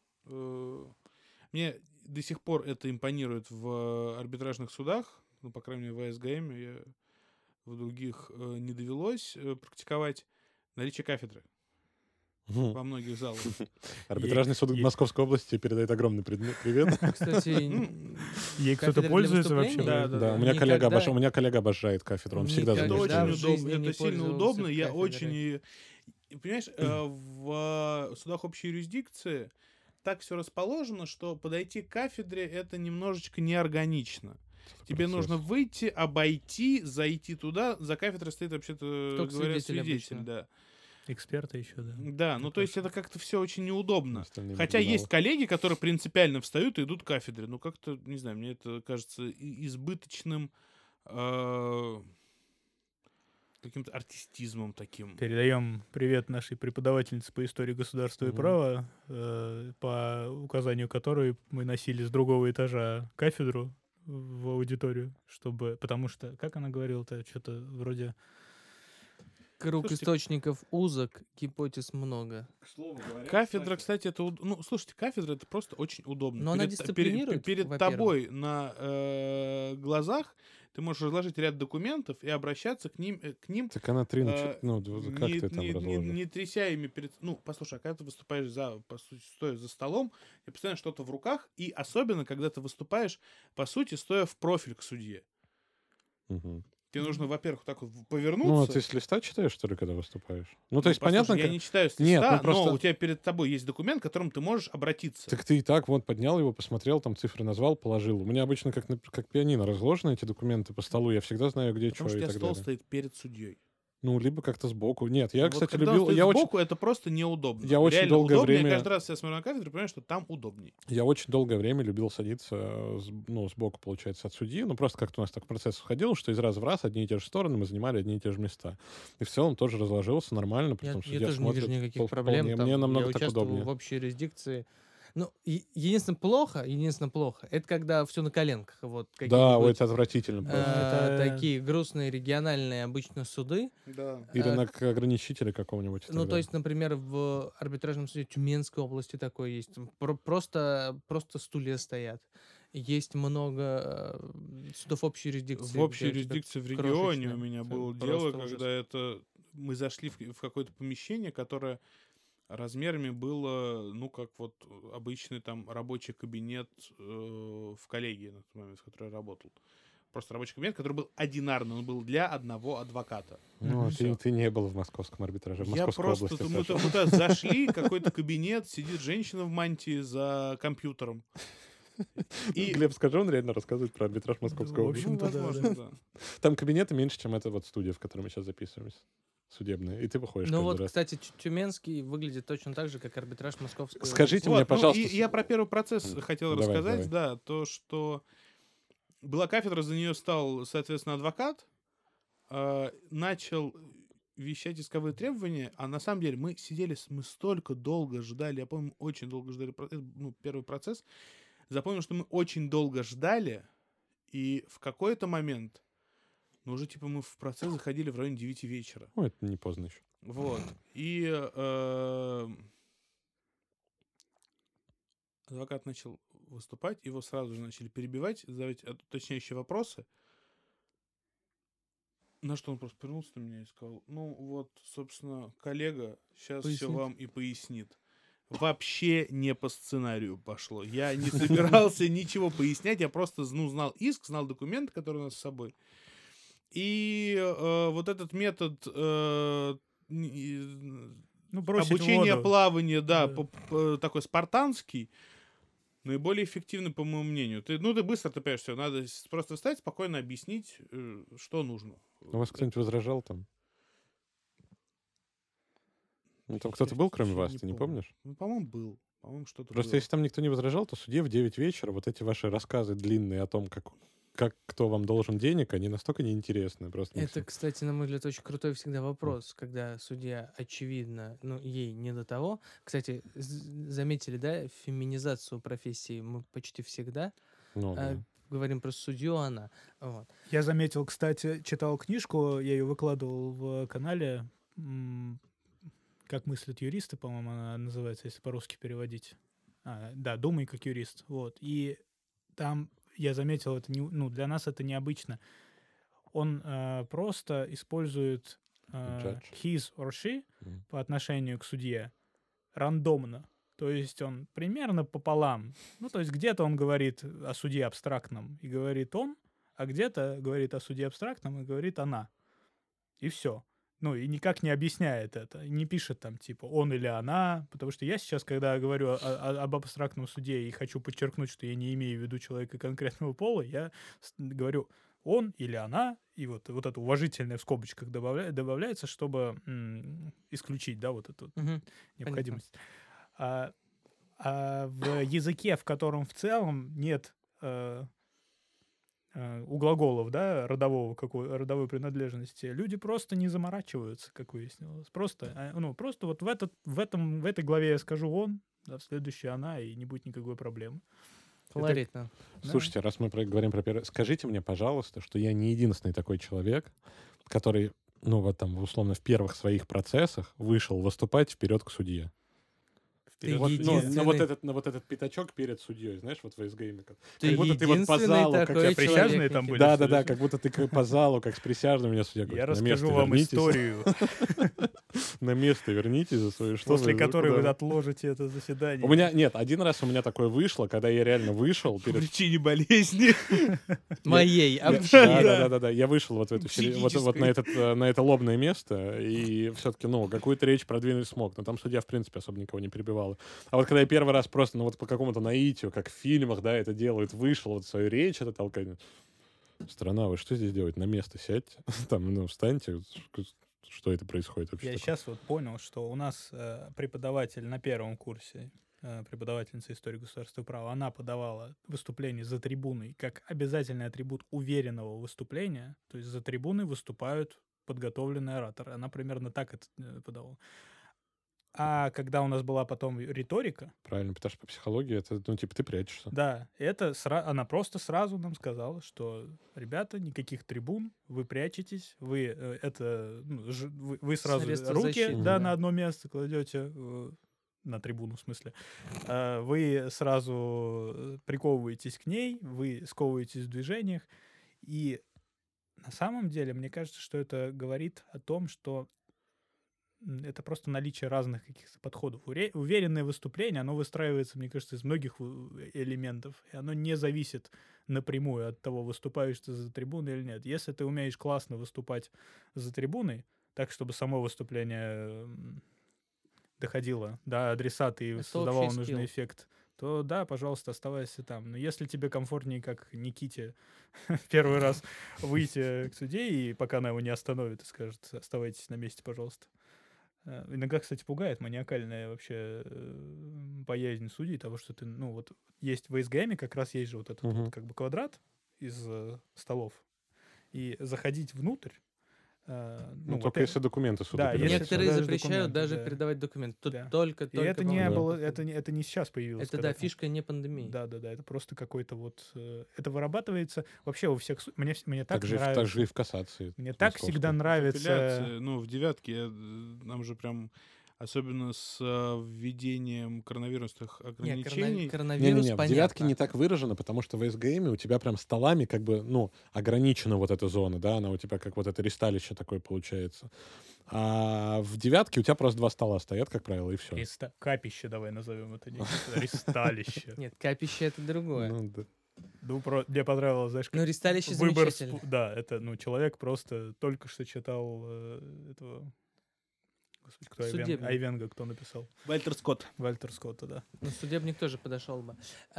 Мне до сих пор это импонирует в арбитражных судах, ну, по крайней мере, в АСГМ, в других не довелось практиковать наличие кафедры во многих залах. Арбитражный суд Московской области передает огромный привет. Кстати, Ей кто-то пользуется вообще? Да, у меня коллега обожает кафедру, он всегда Это за ней очень стоит. удобно, это сильно удобно, я очень... Понимаешь, в судах общей юрисдикции так все расположено, что подойти к кафедре это немножечко неорганично. Тебе нужно выйти, обойти, зайти туда. За кафедрой стоит, вообще-то говоря, свидетель, да. Эксперты еще, да. Да, ну то есть это как-то все очень неудобно. Хотя есть коллеги, которые принципиально встают и идут к кафедре. Ну как-то, не знаю, мне это кажется избыточным каким-то артистизмом таким. Передаем привет нашей преподавательнице по истории государства и права, по указанию которой мы носили с другого этажа кафедру в аудиторию, потому что, как она говорила-то, что-то вроде... Круг источников узок, гипотез много. К слову говоря, кафедра, кстати, это... Ну, слушайте, кафедра — это просто очень удобно. Но она дисциплинирует, перед тобой на глазах ты можешь разложить ряд документов и обращаться к ним. Так она 3 на 4, ну, как ты там разложишь? Не тряся ими перед... Ну, послушай, а когда ты выступаешь по сути, стоя за столом, и постоянно что-то в руках, и особенно, когда ты выступаешь, по сути, стоя в профиль к судье. Угу. Тебе нужно, во-первых, так вот повернуться. Ну, а ты с листа читаешь, что ли, когда выступаешь? Ну, то есть, послушай, понятно... Я не читаю с листа, Нет, просто... но у тебя перед тобой есть документ, к которому ты можешь обратиться. Так ты и так вот поднял его, посмотрел, там цифры назвал, положил. У меня обычно как пианино разложены эти документы по столу, я всегда знаю, где Потому что что у и тебя так стол далее. стоит перед судьей. Ну, либо как-то сбоку. Нет, я, Вот кстати, когда любил... он стоит Я очень, сбоку, это просто неудобно. я очень Реально долгое удобнее. время... Каждый раз я смотрю на кафедру и понимаю, что там удобнее. Я очень долгое время любил садиться, сбоку, получается, от судьи. Ну, просто как-то у нас так процесс входил, что из раза в раз одни и те же стороны мы занимали одни и те же места. И в целом тоже разложился нормально, при Я, том, что я судья тоже не вижу смотрит никаких проблем. вполне. Там, Мне намного я так участвовал удобнее. в общей юрисдикции. Ну, единственное плохо, это когда все на коленках. Вот Да, ой, какие-нибудь это отвратительно просто. Это- такие грустные региональные обычно суды. Да. Или э, на ограничителя какого-нибудь. и Ну, так то есть, например, в арбитражном суде Тюменской области такое есть. Там просто стулья стоят. Есть много судов общей юрисдикции. В общей где у тебя юрисдикции в регионе крошечное. у меня Это было просто дело, ужас. когда мы зашли в какое-то помещение, которое размерами было, ну, как вот обычный там рабочий кабинет в коллегии на тот момент, в которой я работал. Просто рабочий кабинет, который был одинарный, он был для одного адвоката. Ну, Всё. ты не был в московском арбитраже, в Я Московской просто... области. Мы Саша. туда зашли, какой-то кабинет, сидит женщина в мантии за компьютером. И... Глеб, скажи, он реально рассказывает про арбитраж Ну, Московской в области. общем-то, да, возможно, да. Там кабинеты меньше, чем эта вот студия, в которой мы сейчас записываемся. Судебная. И ты выходишь Ну каждый вот, раз. кстати, Тюменский выглядит точно так же, как арбитраж Московской Скажите области. мне, Вот, ну, пожалуйста, и я про первый процесс хотел Давай, рассказать, да, то, что была кафедра, за нее стал, соответственно, адвокат, начал вещать исковые требования, а на самом деле мы столько долго ждали, я помню, очень долго ждали, первый процесс, запомнил, что мы очень долго ждали, и в какой-то момент, ну, уже, типа, мы в процесс заходили в районе 9 вечера. Ну, это не поздно еще. Вот. И адвокат начал выступать, его сразу же начали перебивать, задавать уточняющие вопросы. На что он просто повернулся на меня и сказал: ну вот, собственно, коллега сейчас все Пояснит. вам и пояснит. Вообще не по сценарию пошло. Я не собирался ничего пояснять, я просто знал иск, знал документ, который у нас с собой. И вот этот метод Ну, бросить в обучения воду. плавания, да, Да. такой спартанский, наиболее эффективный, по моему мнению. Ты быстро понимаешь, все, надо просто встать, спокойно объяснить, что нужно. У вас кто-нибудь возражал там? Ну, там кто-то был, кроме вас, ты не помню. помнишь? Ну, по-моему, был. По-моему, что-то Просто было. если там никто не возражал, то судье в 9 вечера вот эти ваши рассказы длинные о том, как кто вам должен денег, они настолько неинтересны. Просто не Это, все. кстати, на мой взгляд, очень крутой всегда вопрос, когда судья, очевидно, ну, ей не до того. Кстати, заметили, да, феминизацию профессии мы почти всегда Ну, да. говорим про судью, она. Вот. Я заметил, кстати, читал книжку, я ее выкладывал в канале, «Как мыслят юристы», по-моему, она называется, если по-русски переводить. Да, «Думай как юрист». Вот. И там я заметил, это для нас это необычно. Он просто использует Judge. his or she Мгм. по отношению к судье рандомно. То есть он примерно пополам. Ну, то есть где-то он говорит о судье абстрактном и говорит он, а где-то говорит о судье абстрактном и говорит она. И все. Ну, и никак не объясняет это. Не пишет там, типа, он или она. Потому что я сейчас, когда говорю об абстрактном суде и хочу подчеркнуть, что я не имею в виду человека конкретного пола, я говорю он или она, и вот это уважительное в скобочках добавляется, чтобы исключить, да, вот эту Мгм. необходимость. А в языке, в котором в целом нет у глаголов, да, родовой принадлежности, люди просто не заморачиваются, как выяснилось. Просто вот в этой главе я скажу он, а в следующей она, и не будет никакой проблемы. Колоритно. Да. Слушайте, раз мы говорим про первое... Скажите мне, пожалуйста, что я не единственный такой человек, который, ну, вот там, условно, в первых своих процессах вышел выступать вперед к судье. Ты Вот, единственный- на вот этот пятачок перед судьей, знаешь, вот в СГ. Ты Как будто ты вот по единственный залу, как такой у тебя присяжные человек, там Никита. были? Да, что ли? как будто ты по залу, как с присяжным меня судья говорит. Я «На место расскажу вам вернитесь, историю, На место вернитесь за свое что. после которой куда вы отложите это заседание. У меня, нет, один раз у меня такое вышло, когда я реально вышел По перед... причине болезни. Моей, Да. Я вышел вот в эту вот на Психической. на это лобное место, и все-таки, ну, какую-то речь продвинуть смог. Но там судья, в принципе, особо никого не перебивал. А вот когда я первый раз просто, ну, вот по какому-то наитию, как в фильмах, да, это делают, вышел, вот свою речь это толкает. Страна, вы что здесь делаете? На место сядьте. Там, ну, встаньте. что это происходит вообще Я такое. сейчас вот понял, что у нас преподаватель на первом курсе, преподавательница истории государства и права, она подавала выступление за трибуной как обязательный атрибут уверенного выступления, то есть за трибуной выступают подготовленные ораторы. Она примерно так это подавала. А когда у нас была потом риторика, Правильно, потому что по психологии это, ну, типа, ты прячешься. да, она просто сразу нам сказала, что, ребята, никаких трибун, вы прячетесь, вы вы сразу Средства руки защиты, да, да. на одно место кладете, на трибуну в смысле, вы сразу приковываетесь к ней, вы сковываетесь в движениях, и на самом деле, мне кажется, что это говорит о том, что это просто наличие разных каких-то подходов. Уверенное выступление, оно выстраивается, мне кажется, из многих элементов, и оно не зависит напрямую от того, выступаешь ты за трибуной или нет. Если ты умеешь классно выступать за трибуной, так, чтобы само выступление доходило до адресата и Это создавало общий нужный скилл. эффект, то да, пожалуйста, оставайся там. Но если тебе комфортнее, как Никите, первый раз выйти к судье, и пока она его не остановит и скажет, оставайтесь на месте, пожалуйста. Иногда, кстати, пугает маниакальная вообще боязнь судей того, что ты, ну вот, есть в СГМе как раз есть же вот этот Мгм. вот как бы квадрат из столов, и заходить внутрь, Ну, только если документы суда да, передать. если Некоторые даже запрещают документы, даже да. передавать документы. Тут Да. только И это не Да. было, это не сейчас появилось. Это, когда да, фишка не пандемии. Да, это просто какой-то вот... это вырабатывается вообще у всех... Мне так Так же, нравится. так же и в кассации. Мне так московской. всегда нравится... Апелляция, ну, в девятке нам же прям, особенно с введением коронавирусных Нет, ограничений, коронавирус, Не-не-не, в понятно. девятке не так выражено, потому что в СГМе у тебя прям столами как бы, ну, ограничена вот эта зона, да, она у тебя как вот это ристалище такое получается. А в девятке у тебя просто 2 стола стоят, как правило, и все. Капище, давай назовем это, не ристалище. Нет, капище — это другое. Ну, да. Ну, мне понравилось, знаешь, Ну, ристалище выбор... замечательно. Да, это, ну, человек просто только что читал этого... Господи, кто Судебник. Айвенго, кто написал? Вальтер Скотт. Вальтер Скотта, да. Ну, судебник тоже подошел бы.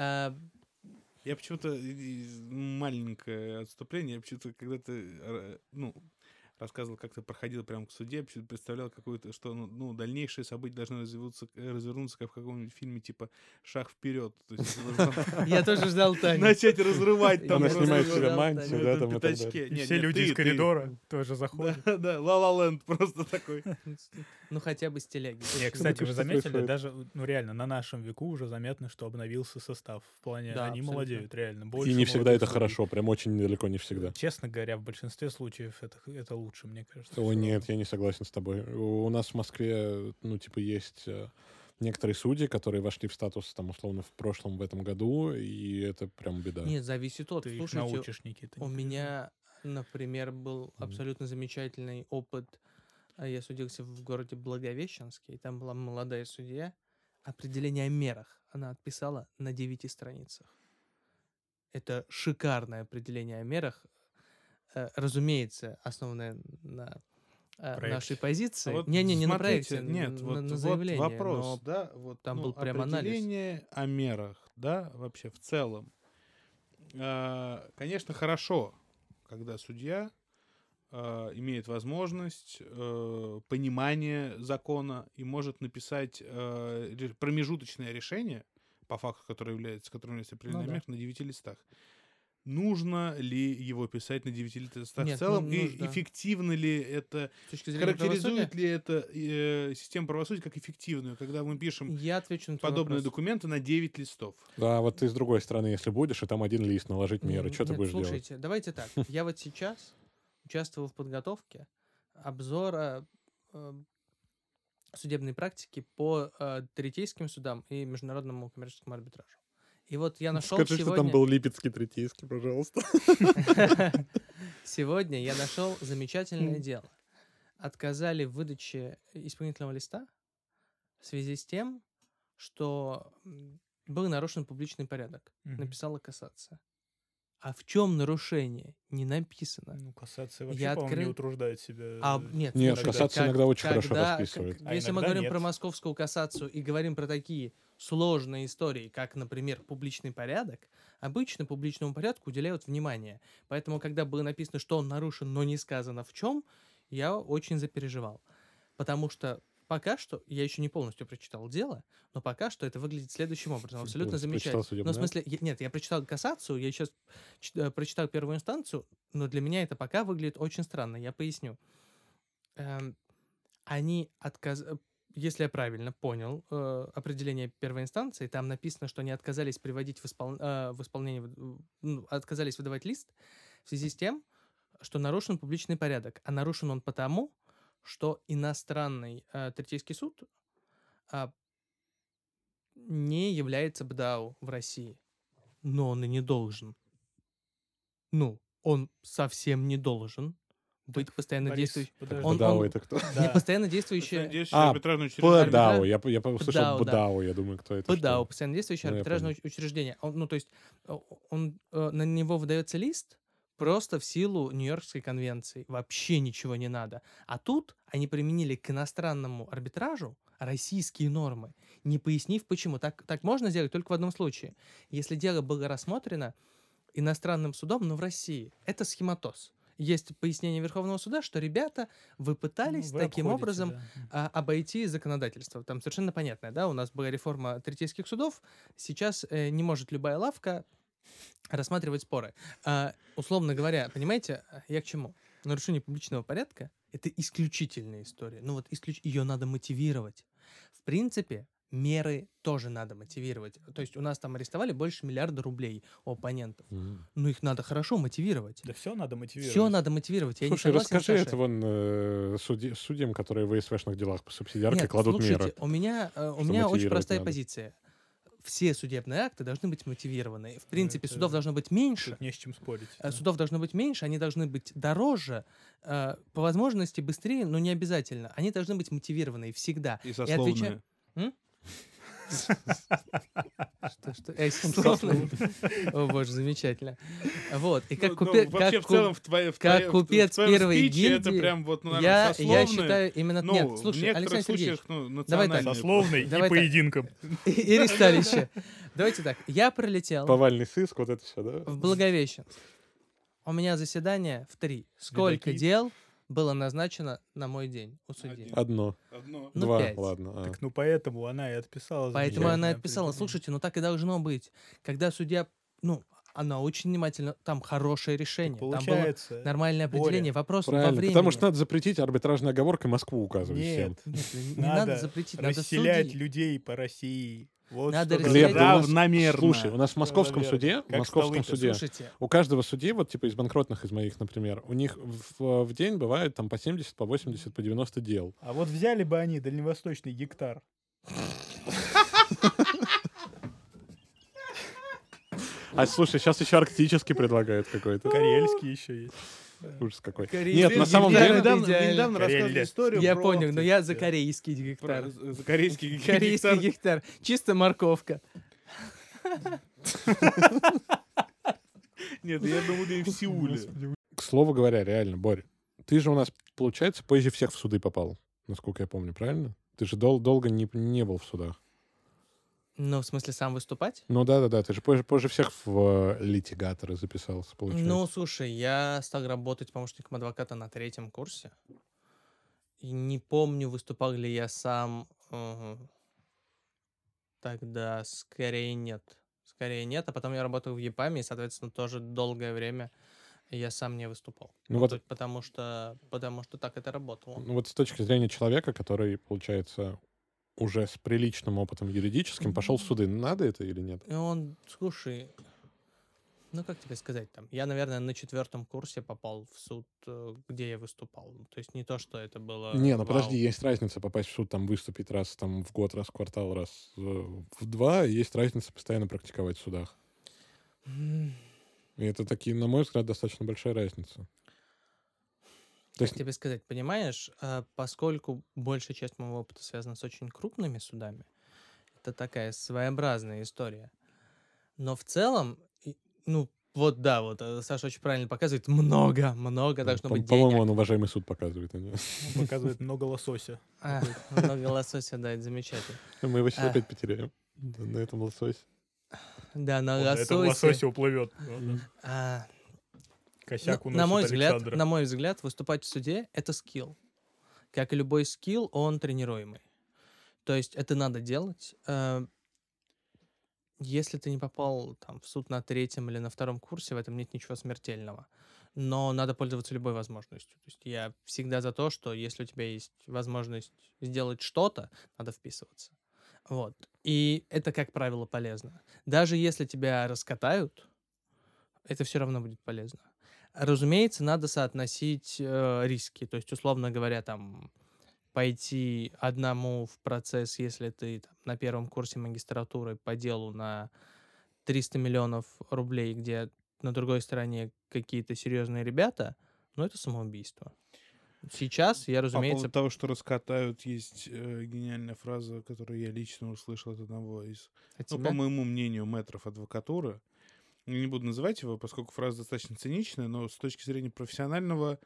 Я почему-то, маленькое отступление, я почему-то, когда ты, ну, рассказывал, как ты проходил прямо к суде, я почему-то представлял какое-то, что, ну, дальнейшие события должны развернуться, как в каком-нибудь фильме, типа «Шаг вперед». То есть ты должен Я тоже ждал Таню. начать разрывать там Я Она просто снимает ждал себе Таню. мантию, в да, этом там и так далее. пятачке. И Нет, все нет, люди ты- из ты- коридора тоже заходят. Да, Ла-Ла Ленд просто такой. Ну, хотя бы с телеги. Не, кстати, что вы заметили, происходит? даже, ну реально, на нашем веку уже заметно, что обновился состав. В плане, Да, они абсолютно. молодеют, реально. И Больше не всегда молодых это судей. хорошо, прям очень далеко не всегда. Честно говоря, в большинстве случаев это лучше, мне кажется. О, всё нет, равно. я не согласен с тобой. У нас в Москве, ну, типа, есть некоторые судьи, которые вошли в статус, там, условно, в прошлом, в этом году, и это прям беда. Нет, зависит от. Ты их Слушайте, научишь, Никита. у не меня, например, был абсолютно замечательный опыт. Я судился в городе Благовещенске, и там была молодая судья. Определение о мерах она отписала на 9 страницах. Это шикарное определение о мерах. Разумеется, основанное на Проекте. нашей позиции. А вот Не на смотрите, проекте, нет, на вот заявлении. вопрос, но да, вот там ну, был прям анализ. определение о мерах, да, вообще в целом. Конечно, хорошо, когда судья имеет возможность понимания закона и может написать промежуточное решение по факту, которое является определенной да. мер, на 9 листах. Нужно ли его писать на 9 листах Нет, в целом? ну, И нужно. эффективно ли это, С точки зрения правосудия, характеризует ли это систему правосудия как эффективную, когда мы пишем я отвечу на твой подобные вопрос. документы на 9 листов? Да, вот ты с другой стороны, если будешь, и там один лист наложить меры, что ты Нет, будешь делать? слушайте, давайте так. Я вот сейчас участвовал в подготовке обзора судебной практики по третейским судам и международному коммерческому арбитражу. И вот я нашел Скажи, что там сегодня... был Липецкий третейский, пожалуйста. Сегодня я нашел замечательное дело. Отказали в выдаче исполнительного листа в связи с тем, что был нарушен публичный порядок. Мгм. Написала кассация. А в чем нарушение? Не написано. Ну, кассация вообще, Я по-моему, не открыл- утруждает себя. Нет, Нет, слушайте, кассация иногда очень хорошо когда- расписывает. А Если мы иногда говорим нет. про московскую кассацию и говорим про такие сложные истории, как, например, публичный порядок, обычно публичному порядку уделяют внимание. Поэтому, когда было написано, что он нарушен, но не сказано в чем, я очень запереживал. Потому что пока что, я еще не полностью прочитал дело, но пока что это выглядит следующим образом. Абсолютно Ты замечательно. прочитал Ну, в судебный акт? смысле, нет, я прочитал кассацию, я сейчас прочитал первую инстанцию, но для меня это пока выглядит очень странно. Я поясню. Эм, Они если я правильно понял определение первой инстанции, там написано, что они отказались приводить в исполнение, отказались выдавать лист в связи с тем, что нарушен публичный порядок. А нарушен он потому, что иностранный третейский суд не является БДАУ в России. Но он и не должен. Ну, он совсем не должен быть постоянно Борис, действующим. подожди. Он- БДАУ это кто? Не Да. постоянно действующее... Действующее А, арбитражное учреждение. ПДАУ. Я услышал БДАУ, да. БДАУ, я думаю, кто это. ПДАУ, что. постоянно действующее Ну, я арбитражное учреждение. То есть на него выдается лист просто в силу Нью-Йоркской конвенции. Вообще ничего не надо. А тут они применили к иностранному арбитражу российские нормы, не пояснив почему. Так можно сделать только в одном случае. Если дело было рассмотрено иностранным судом, но в России. Это схематоз. Есть пояснение Верховного суда, что ребята, вы пытались Вы таким обходите, образом да. обойти законодательство. Там совершенно понятное, да, у нас была реформа третейских судов, сейчас не может любая лавка рассматривать споры. Условно говоря, понимаете, я к чему? Нарушение публичного порядка — это исключительная история. Ну вот ее надо мотивировать. В принципе, меры тоже надо мотивировать. То есть у нас там арестовали больше 1 миллиарда рублей у оппонентов. Ну их надо хорошо мотивировать. Да все надо мотивировать. Все надо мотивировать. Я Слушай, не согласен с расскажи Сашей. это вон судьям, которые в СВшных делах по субсидиарке Нет, кладут слушайте, меры. у меня очень мотивировать простая надо. позиция. Все судебные акты должны быть мотивированы. В принципе, это- судов должно быть меньше. Тут не с чем спорить. Судов должно быть меньше, они должны быть дороже, по возможности быстрее, но не обязательно. Они должны быть мотивированы всегда. И отвечаю- сословные. Что? Сословные? О боже, замечательно. Вот. И как Ну, купец... вообще, в целом, в твоем купец твоем первой спиче это гильдии, прям вот, ну, я наверное, сословные. считаю именно... Ну, Нет, в слушай, некоторых Александр случаях, Сергеевич, ну, давай так. национальные. Сословный и Давай так. поединком. и ресталище. Давайте так. Я пролетел Повальный сыск, вот это все, да? в Благовещенск. У меня заседание в 3. Сколько Видаки. дел было назначено на мой день у судьи? Одно. Одно. Ну, Два, 5. ладно. Так, ну поэтому она и отписала. Поэтому она замечательное отписала. определение. Слушайте, ну так и должно быть. Когда судья, она очень внимательно, там хорошее решение, там было Получается. нормальное Боря, определение. Вопрос во Правильно, времени. потому что надо запретить арбитражной оговоркой Москву указывать Нет, всем. Нет, не надо запретить, надо расселять судить. людей по России. Вот Надо что разделять. Глеб, да у нас- Равномерно. Слушай, у нас в московском Равномерно. суде, в Как московском столы-то, суде, Слушайте, у каждого судьи, вот типа из банкротных из моих, например, у них в день бывает там по 70, по 80, по 90 дел. А вот взяли бы они дальневосточный гектар. А слушай, сейчас еще арктический предлагают какой-то. Карельский еще есть. Ужас какой. Корейский Нет, на самом гектар деле... это Недавно идеально. рассказывали Карелия. историю Я про... понял, но я за корейский гектар. за корейский Корейский гектар. гектар. Чисто морковка. Нет, я думаю, ты и в Сеуле. К слову говоря, реально, Борь, ты же у нас, получается, позже всех в суды попал, насколько я помню, правильно? Ты же долго не был в судах. Ну, в смысле, сам выступать? Ну да, ты же позже всех в литигаторы записался, получается. Ну, слушай, я стал работать помощником адвоката на 3-м курсе. И не помню, выступал ли я сам. Тогда скорее нет. Скорее нет, а потом я работал в ЕПАМе, и, соответственно, тоже долгое время я сам не выступал. Ну вот- То есть потому что так это работало. Ну вот с точки зрения человека, который, получается, уже с приличным опытом юридическим пошел в суды, надо это или нет? И он, слушай, ну как тебе сказать там, я, наверное, на 4-м курсе попал в суд, где я выступал. То есть не то, что это было... Не, ну вау. подожди, есть разница попасть в суд, там выступить раз там в год, раз в квартал, раз в 2, и есть разница постоянно практиковать в судах. И это такие, на мой взгляд, достаточно большая разница. То Как есть, тебе сказать, понимаешь, поскольку большая часть моего опыта связана с очень крупными судами, это такая своеобразная история. Но в целом, вот да, вот Саша очень правильно показывает, много должно быть по-моему, денег. он уважаемый суд показывает. а не- Он показывает много лосося. Много лосося, да, это замечательно. Мы его сейчас А. опять потеряем. Да, на этом лосось. Да, на Он до этого лососе. лосося уплывет. А, Косяк На мой уносит взгляд, Александра. на мой взгляд, выступать в суде — это скилл. Как и любой скилл, он тренируемый. То есть это надо делать. Если ты не попал там, в суд на 3-м или на 2-м курсе, в этом нет ничего смертельного. Но надо пользоваться любой возможностью. То есть я всегда за то, что если у тебя есть возможность сделать что-то, надо вписываться. Вот. И это, как правило, полезно. Даже если тебя раскатают, это все равно будет полезно. Разумеется, надо соотносить риски. То есть, условно говоря, там пойти одному в процесс, если ты там, на 1-м курсе магистратуры по делу на 300 миллионов рублей, где на другой стороне какие-то серьезные ребята, ну, это самоубийство. Сейчас я, По разумеется, поводу того, что раскатают, есть гениальная фраза, которую я лично услышал от одного из, от ну, по тебя... моему мнению, мэтров адвокатуры. Я не буду называть его, поскольку фраза достаточно циничная, но с точки зрения профессионального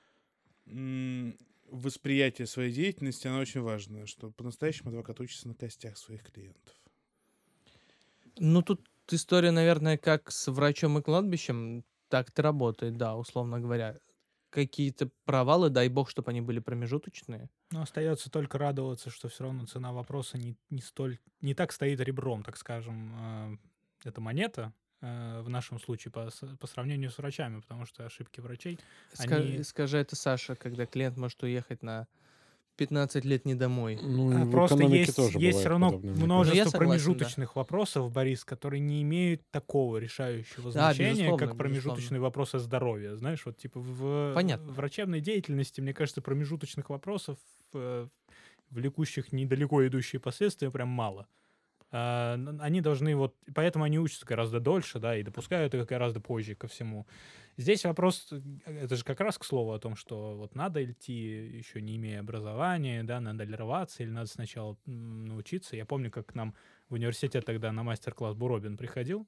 восприятия своей деятельности, она очень важная, что по-настоящему адвокат учится на костях своих клиентов. Ну, тут история, наверное, как с врачом и кладбищем, так это работает, да, условно говоря. Какие-то провалы, дай бог, чтобы они были промежуточные. Но остается только радоваться, что все равно цена вопроса не так стоит ребром, так скажем, эта монета, в нашем случае по сравнению с врачами, потому что ошибки врачей, они... Скажи это Саша, когда клиент может уехать на 15 лет не домой. Ну, и в Просто экономике есть тоже все бывает равно подобное, мне Ну, я множество согласен, да. промежуточных вопросов, Борис, которые не имеют такого решающего Да, значения, безусловно, как промежуточные вопросы здоровья. Знаешь, вот типа в Понятно. врачебной деятельности, мне кажется, промежуточных вопросов, влекущих недалеко идущие последствия, прям мало. Они должны вот... Поэтому они учатся гораздо дольше, да, и допускают их гораздо позже ко всему. Здесь вопрос, это же как раз к слову о том, что вот надо идти, еще не имея образования, да, надо ли рваться, или надо сначала научиться. Я помню, как к нам в университет тогда на мастер-класс Буробин приходил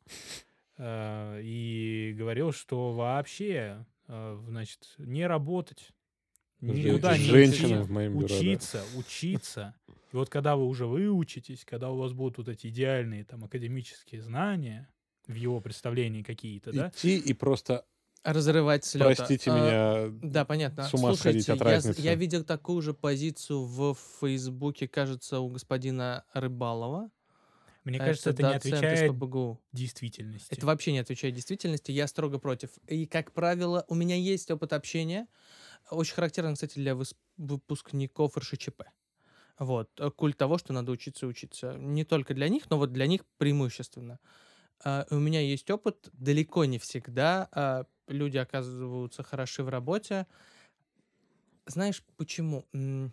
и говорил, что вообще, значит, не работать, никуда не Женщина идти, в моем бюро, да. учиться. И вот когда вы уже выучитесь, когда у вас будут вот эти идеальные там академические знания, в его представлении какие-то, да, Идти и просто, Разрывать с лёта. простите меня, Да, понятно. с ума сходить Слушайте, от разницы. я видел такую же позицию в Фейсбуке, кажется, у господина Рыбалова. мне кажется, это не доцент отвечает СПбГУ. действительности. Это вообще не отвечает действительности, я строго против. И, как правило, у меня есть опыт общения, очень характерный, кстати, для выпускников РШЧП. Вот. Культ того, что надо учиться. Не только для них, но вот для них преимущественно. У меня есть опыт, далеко не всегда люди оказываются хороши в работе. Знаешь, почему?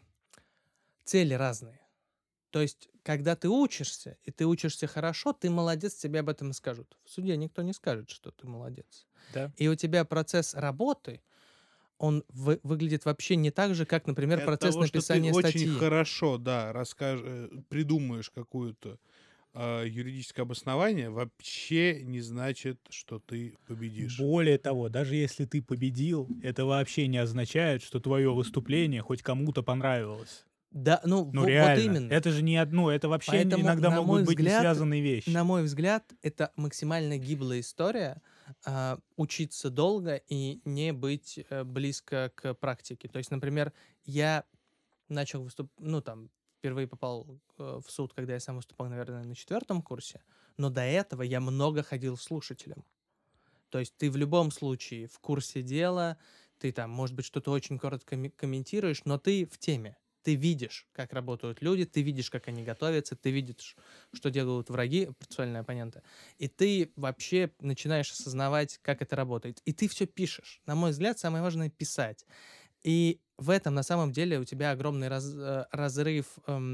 Цели разные. То есть, когда ты учишься, и ты учишься хорошо, ты молодец, тебе об этом скажут. В суде никто не скажет, что ты молодец. Да. И у тебя процесс работы, он выглядит вообще не так же, как, например, И от процесс того, написания что ты статьи. очень хорошо, да, придумаешь какую-то юридическое обоснование, вообще не значит, что ты победишь. Более того, даже если ты победил, это вообще не означает, что твое выступление хоть кому-то понравилось. Да, ну Ну, вот реально. именно. Это же не одно, это вообще Поэтому, иногда на могут мой быть не взгляд, связанные вещи. На мой взгляд, это максимально гиблая история учиться долго и не быть близко к практике. То есть, например, я начал впервые попал в суд, когда я сам выступал, наверное, на 4-м курсе, но до этого я много ходил слушателем. То есть ты в любом случае в курсе дела, ты там, может быть, что-то очень коротко комментируешь, но ты в теме. Ты видишь, как работают люди, ты видишь, как они готовятся, ты видишь, что делают враги, процессуальные оппоненты. И ты вообще начинаешь осознавать, как это работает. И ты все пишешь. На мой взгляд, самое важное — писать. И в этом, на самом деле, у тебя огромный разрыв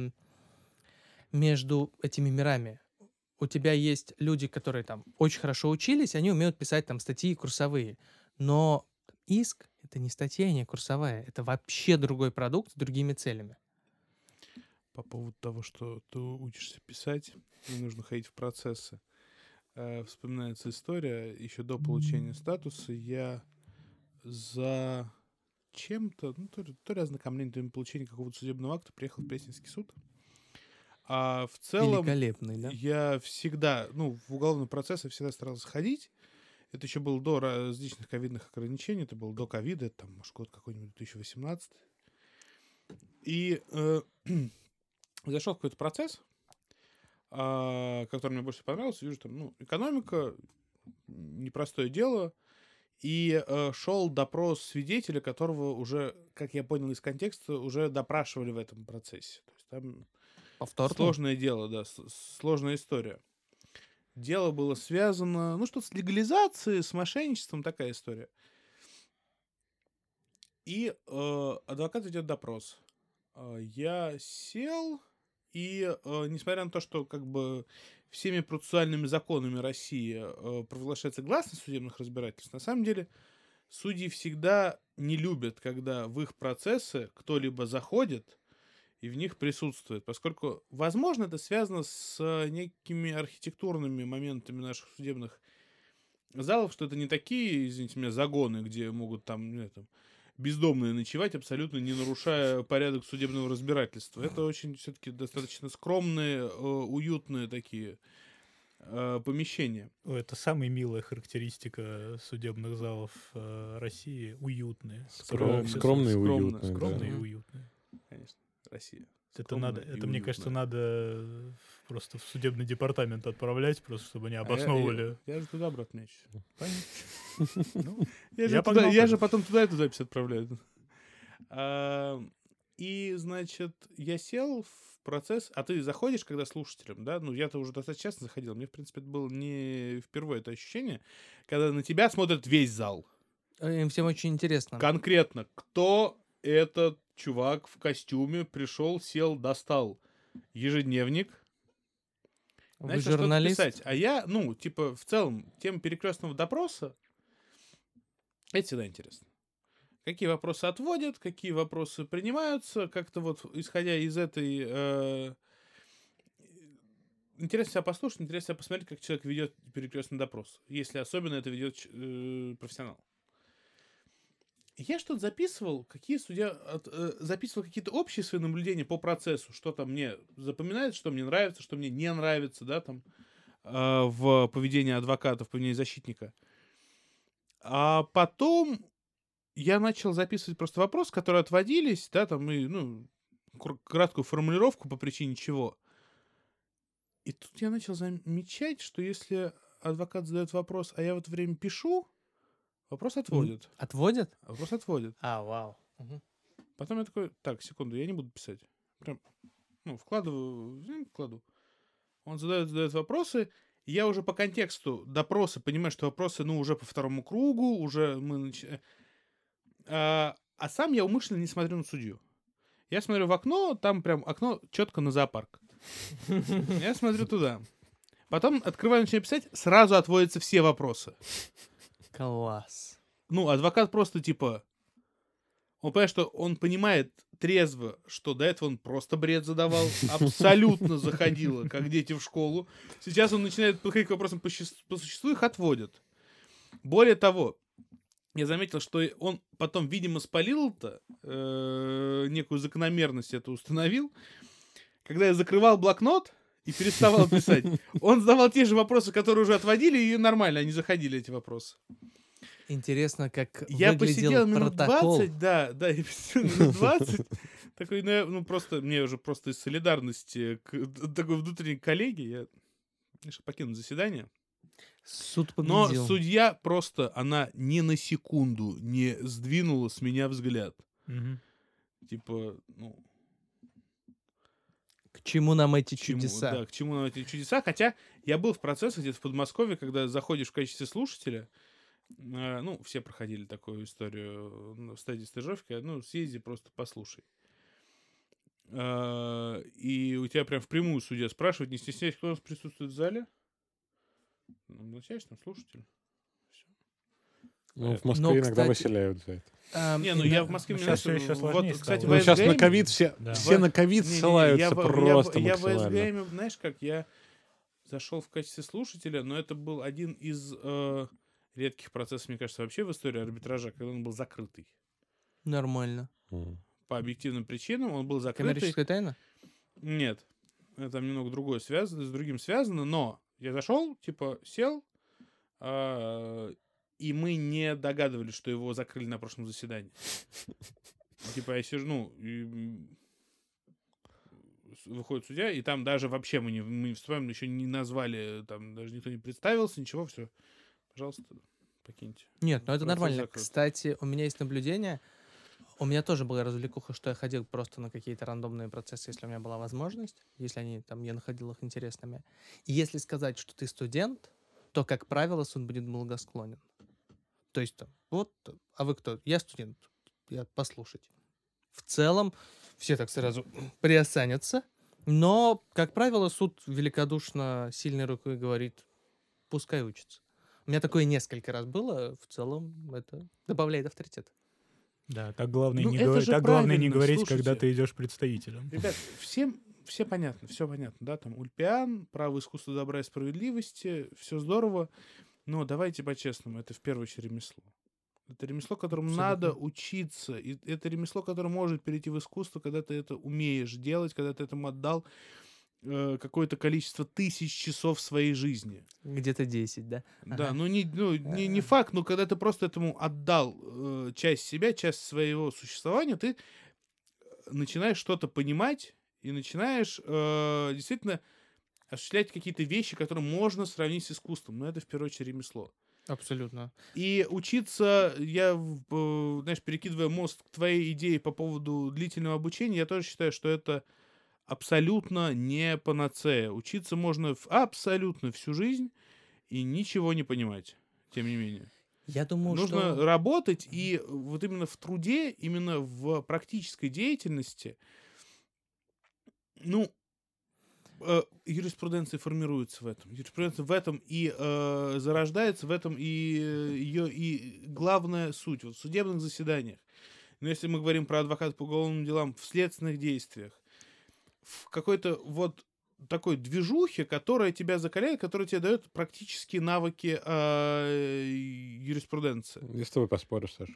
между этими мирами. У тебя есть люди, которые там очень хорошо учились, они умеют писать там статьи курсовые. Но иск — это не статья, не курсовая. Это вообще другой продукт с другими целями. По поводу того, что ты учишься писать, не нужно ходить в процессы. Вспоминается история, еще до получения статуса я за чем-то, ну, то ли ознакомление, то ли получение какого-то судебного акта приехал в Пресненский суд. А в целом Великолепный, да? я всегда, в уголовный процесс я всегда старался ходить. Это еще было до различных ковидных ограничений, это было до ковида, это, там, может, год какой-нибудь 2018. И зашел в какой-то процесс, который мне больше понравился. Вижу, там, экономика, непростое дело. И шел допрос свидетеля, которого уже, как я понял из контекста, уже допрашивали в этом процессе. То есть там Повторно? сложное дело, да, сложная история. Дело было связано, что-то с легализацией, с мошенничеством, такая история. И адвокат ведет допрос. Я сел, и несмотря на то, что как бы всеми процессуальными законами России провозглашается гласность судебных разбирательств, на самом деле судьи всегда не любят, когда в их процессы кто-либо заходит и в них присутствует, поскольку, возможно, это связано с некими архитектурными моментами наших судебных залов, что это не такие, извините меня, загоны, где могут там бездомные ночевать, абсолютно не нарушая порядок судебного разбирательства. Это очень все-таки достаточно скромные, уютные такие помещения. Это самая милая характеристика судебных залов России. Уютные. Скромные и уютные. Скромные да. и уютные. Конечно, Россия. Это мне кажется, надо просто в судебный департамент отправлять, просто чтобы они обосновывали. Я же туда, брат, меч. Понятно. Я же потом туда эту запись отправляю. И, значит, я сел в процесс, а ты заходишь, когда слушателям, да? Я-то уже достаточно часто заходил. Мне, в принципе, это было не впервые это ощущение, когда на тебя смотрит весь зал. Им всем очень интересно. Конкретно, кто этот чувак в костюме пришел, сел, достал ежедневник, Вы начал что-то журналист? писать. А я, в целом, тема перекрестного допроса, это всегда интересно. Какие вопросы отводят, какие вопросы принимаются, как-то вот исходя из этой... Интересно себя послушать, интересно себя посмотреть, как человек ведет перекрестный допрос, если особенно это ведет профессионал. Я что-то записывал, записывал какие-то общие свои наблюдения по процессу, что там мне запоминается, что мне нравится, что мне не нравится, да, там, в поведении адвоката, в поведении защитника. А потом я начал записывать просто вопросы, которые отводились, да, там, и, краткую формулировку по причине чего. И тут я начал замечать, что если адвокат задает вопрос, а я в это время пишу, вопрос отводит. Отводят? Вопрос отводит. Вау. Мгм. Потом я такой, так, секунду, я не буду писать. Прям, вкладу. Он задает вопросы, и я уже по контексту допроса понимаю, что вопросы, уже по второму кругу, уже мы начинаем. А сам я умышленно не смотрю на судью. Я смотрю в окно, там прям окно четко на зоопарк. Я смотрю туда. Потом открываю, начинаю писать, сразу отводятся все вопросы. Класс. Адвокат просто он понимает, что он понимает трезво, что до этого он просто бред задавал, абсолютно заходило, как дети в школу. Сейчас он начинает подходить к вопросам по существу, их отводят. Более того, я заметил, что он потом, видимо, спалил-то, некую закономерность это установил. Когда я закрывал блокнот и переставал писать, он задавал те же вопросы, которые уже отводили, и нормально, они заходили, эти вопросы. Интересно, как Я выглядел посидел минут протокол. 20, да, я посидел минут 20. Такой, просто, мне уже просто из солидарности к такой внутренней коллеге, я решил покинуть заседание. Суд Но победил. судья просто, она ни на секунду не сдвинула с меня взгляд. Мгм. К чему нам эти К чему, чудеса? Да, к чему нам эти чудеса. Хотя я был в процессе где-то в Подмосковье, когда заходишь в качестве слушателя. Все проходили такую историю в стадии стажировки. Съезди, просто послушай. И у тебя прям впрямую судья спрашивает, не стесняясь, кто у нас присутствует в зале. Начальник, слушатель. В Москве Но, иногда кстати, выселяют за это. Я в Москве... Сейчас всё ещё сложнее кстати, стало. в Сейчас на СГМ ковид все на ковид ссылаются просто Я в максимально. СГМ, знаешь как, я зашел в качестве слушателя, но это был один из редких процессов, мне кажется, вообще в истории арбитража, когда он был закрытый. Нормально. По объективным причинам он был закрытый. Коммерческая тайна? Нет. Это немного с другим связано, но я зашел, сел, и мы не догадывались, что его закрыли на прошлом заседании. Типа, я сижу, выходит судья, и там даже вообще мы не вступаем, еще не назвали, там даже никто не представился, ничего, все. Пожалуйста, покиньте. Нет, ну это Процесс нормально. закрыт. Кстати, у меня есть наблюдение. У меня тоже была развлекуха, что я ходил просто на какие-то рандомные процессы, если у меня была возможность, если я находил их интересными. И если сказать, что ты студент, то, как правило, суд будет благосклонен. То есть, а вы кто? Я студент. Послушайте. В целом, все так сразу приосанятся, но, как правило, суд великодушно сильной рукой говорит, пускай учится. У меня такое несколько раз было, в целом это добавляет авторитет. Да, так главное Ну, не, это же так главное не правильно, говорить, слушайте. когда ты идешь представителем. Ребят, все понятно, все понятно, да, там Ульпиан, право, искусство, добра и справедливости, все здорово, но давайте по-честному, это в первую очередь ремесло. Это ремесло, которому Абсолютно. надо учиться, и это ремесло, которое может перейти в искусство, когда ты это умеешь делать, когда ты этому отдал какое-то количество тысяч часов своей жизни. Где-то 10, да? Да, Ага. не факт, но когда ты просто этому отдал часть себя, часть своего существования, ты начинаешь что-то понимать и начинаешь действительно осуществлять какие-то вещи, которые можно сравнить с искусством. Но это в первую очередь ремесло. Абсолютно. И учиться, знаешь, перекидывая мост к твоей идее по поводу длительного обучения, я тоже считаю, что это абсолютно не панацея. Учиться можно абсолютно всю жизнь и ничего не понимать, тем не менее. Я думаю, Нужно что... работать, и вот именно в труде, именно в практической деятельности, юриспруденция формируется в этом. Юриспруденция в этом и зарождается, в этом и ее и главная суть. Вот в судебных заседаниях. Но если мы говорим про адвоката по уголовным делам, в следственных действиях, в какой-то вот такой движухе, которая тебя закаляет, которая тебе дает практические навыки юриспруденции. Я с тобой поспорю, Саш.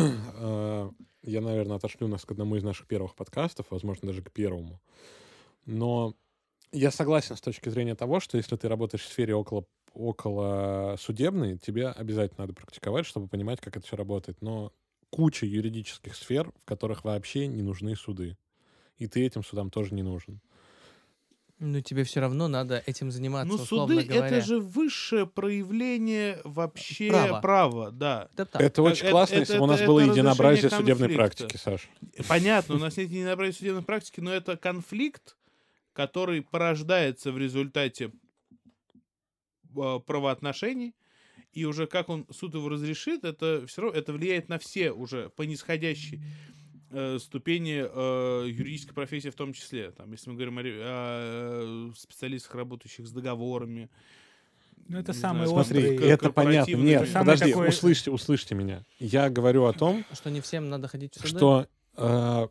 Я, наверное, отошлю нас к одному из наших первых подкастов, возможно, даже к первому. Но я согласен с точки зрения того, что если ты работаешь в сфере около судебной, тебе обязательно надо практиковать, чтобы понимать, как это все работает. Но куча юридических сфер, в которых вообще не нужны суды. И ты этим судам тоже не нужен. Ну, тебе все равно надо этим заниматься, Ну, условно суды — говоря. это же высшее проявление вообще Права. права, да. Это так. Это очень классно, если бы у нас было это единообразие разрешение судебной конфликта. практики, Саш. Понятно, у нас нет единообразия судебной практики, но это конфликт, который порождается в результате правоотношений, и уже как суд его разрешит, это все равно это влияет на все уже по нисходящей ступени юридической профессии в том числе. Там, если мы говорим о специалистах, работающих с договорами. Ну, это не самый знаю, Смотри, острый... это понятно. корпоративный. Нет, Это самый подожди, такой- услышьте меня. Я говорю о том, Что не всем надо ходить в суды? что в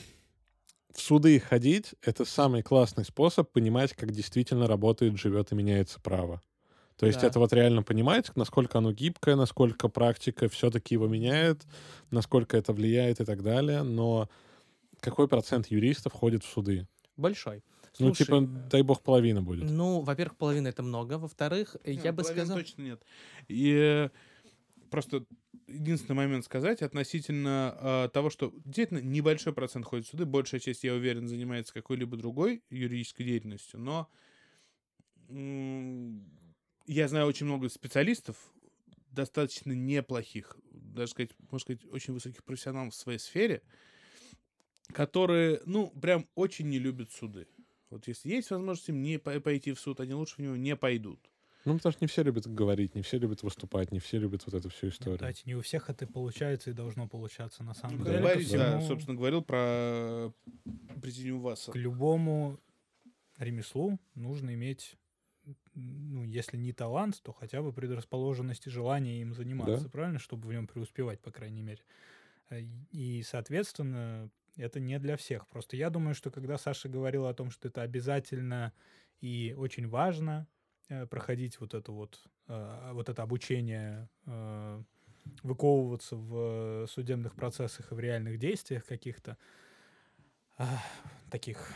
суды ходить — это самый классный способ понимать, как действительно работает, живет и меняется право. То есть Да. это вот реально понимать, насколько оно гибкое, насколько практика все-таки его меняет, насколько это влияет и так далее. Но какой процент юристов ходит в суды? Большой. Ну, Слушай, типа, дай бог, половина будет. ну, во-первых, половина это много. Во-вторых, я бы половины сказал... точно нет. И просто единственный момент сказать относительно того, что действительно небольшой процент ходит в суды, большая часть, я уверен, занимается какой-либо другой юридической деятельностью, но я знаю очень много специалистов, достаточно неплохих, даже сказать, можно сказать, очень высоких профессионалов в своей сфере, которые, прям очень не любят суды. Вот если есть возможность им не пойти в суд, они лучше в него не пойдут. Ну, потому что не все любят говорить, не все любят выступать, не все любят вот эту всю историю. Кстати, не у всех это получается и должно получаться на самом Ну, деле. как Ко Борис, всему- собственно, говорил про президиум ВАСа. К любому ремеслу нужно иметь, если не талант, то хотя бы предрасположенность и желание им заниматься, Да. правильно, чтобы в нем преуспевать, по крайней мере. И, соответственно, это не для всех. Просто я думаю, что когда Саша говорила о том, что это обязательно и очень важно проходить вот это обучение, выковываться в судебных процессах и в реальных действиях каких-то, таких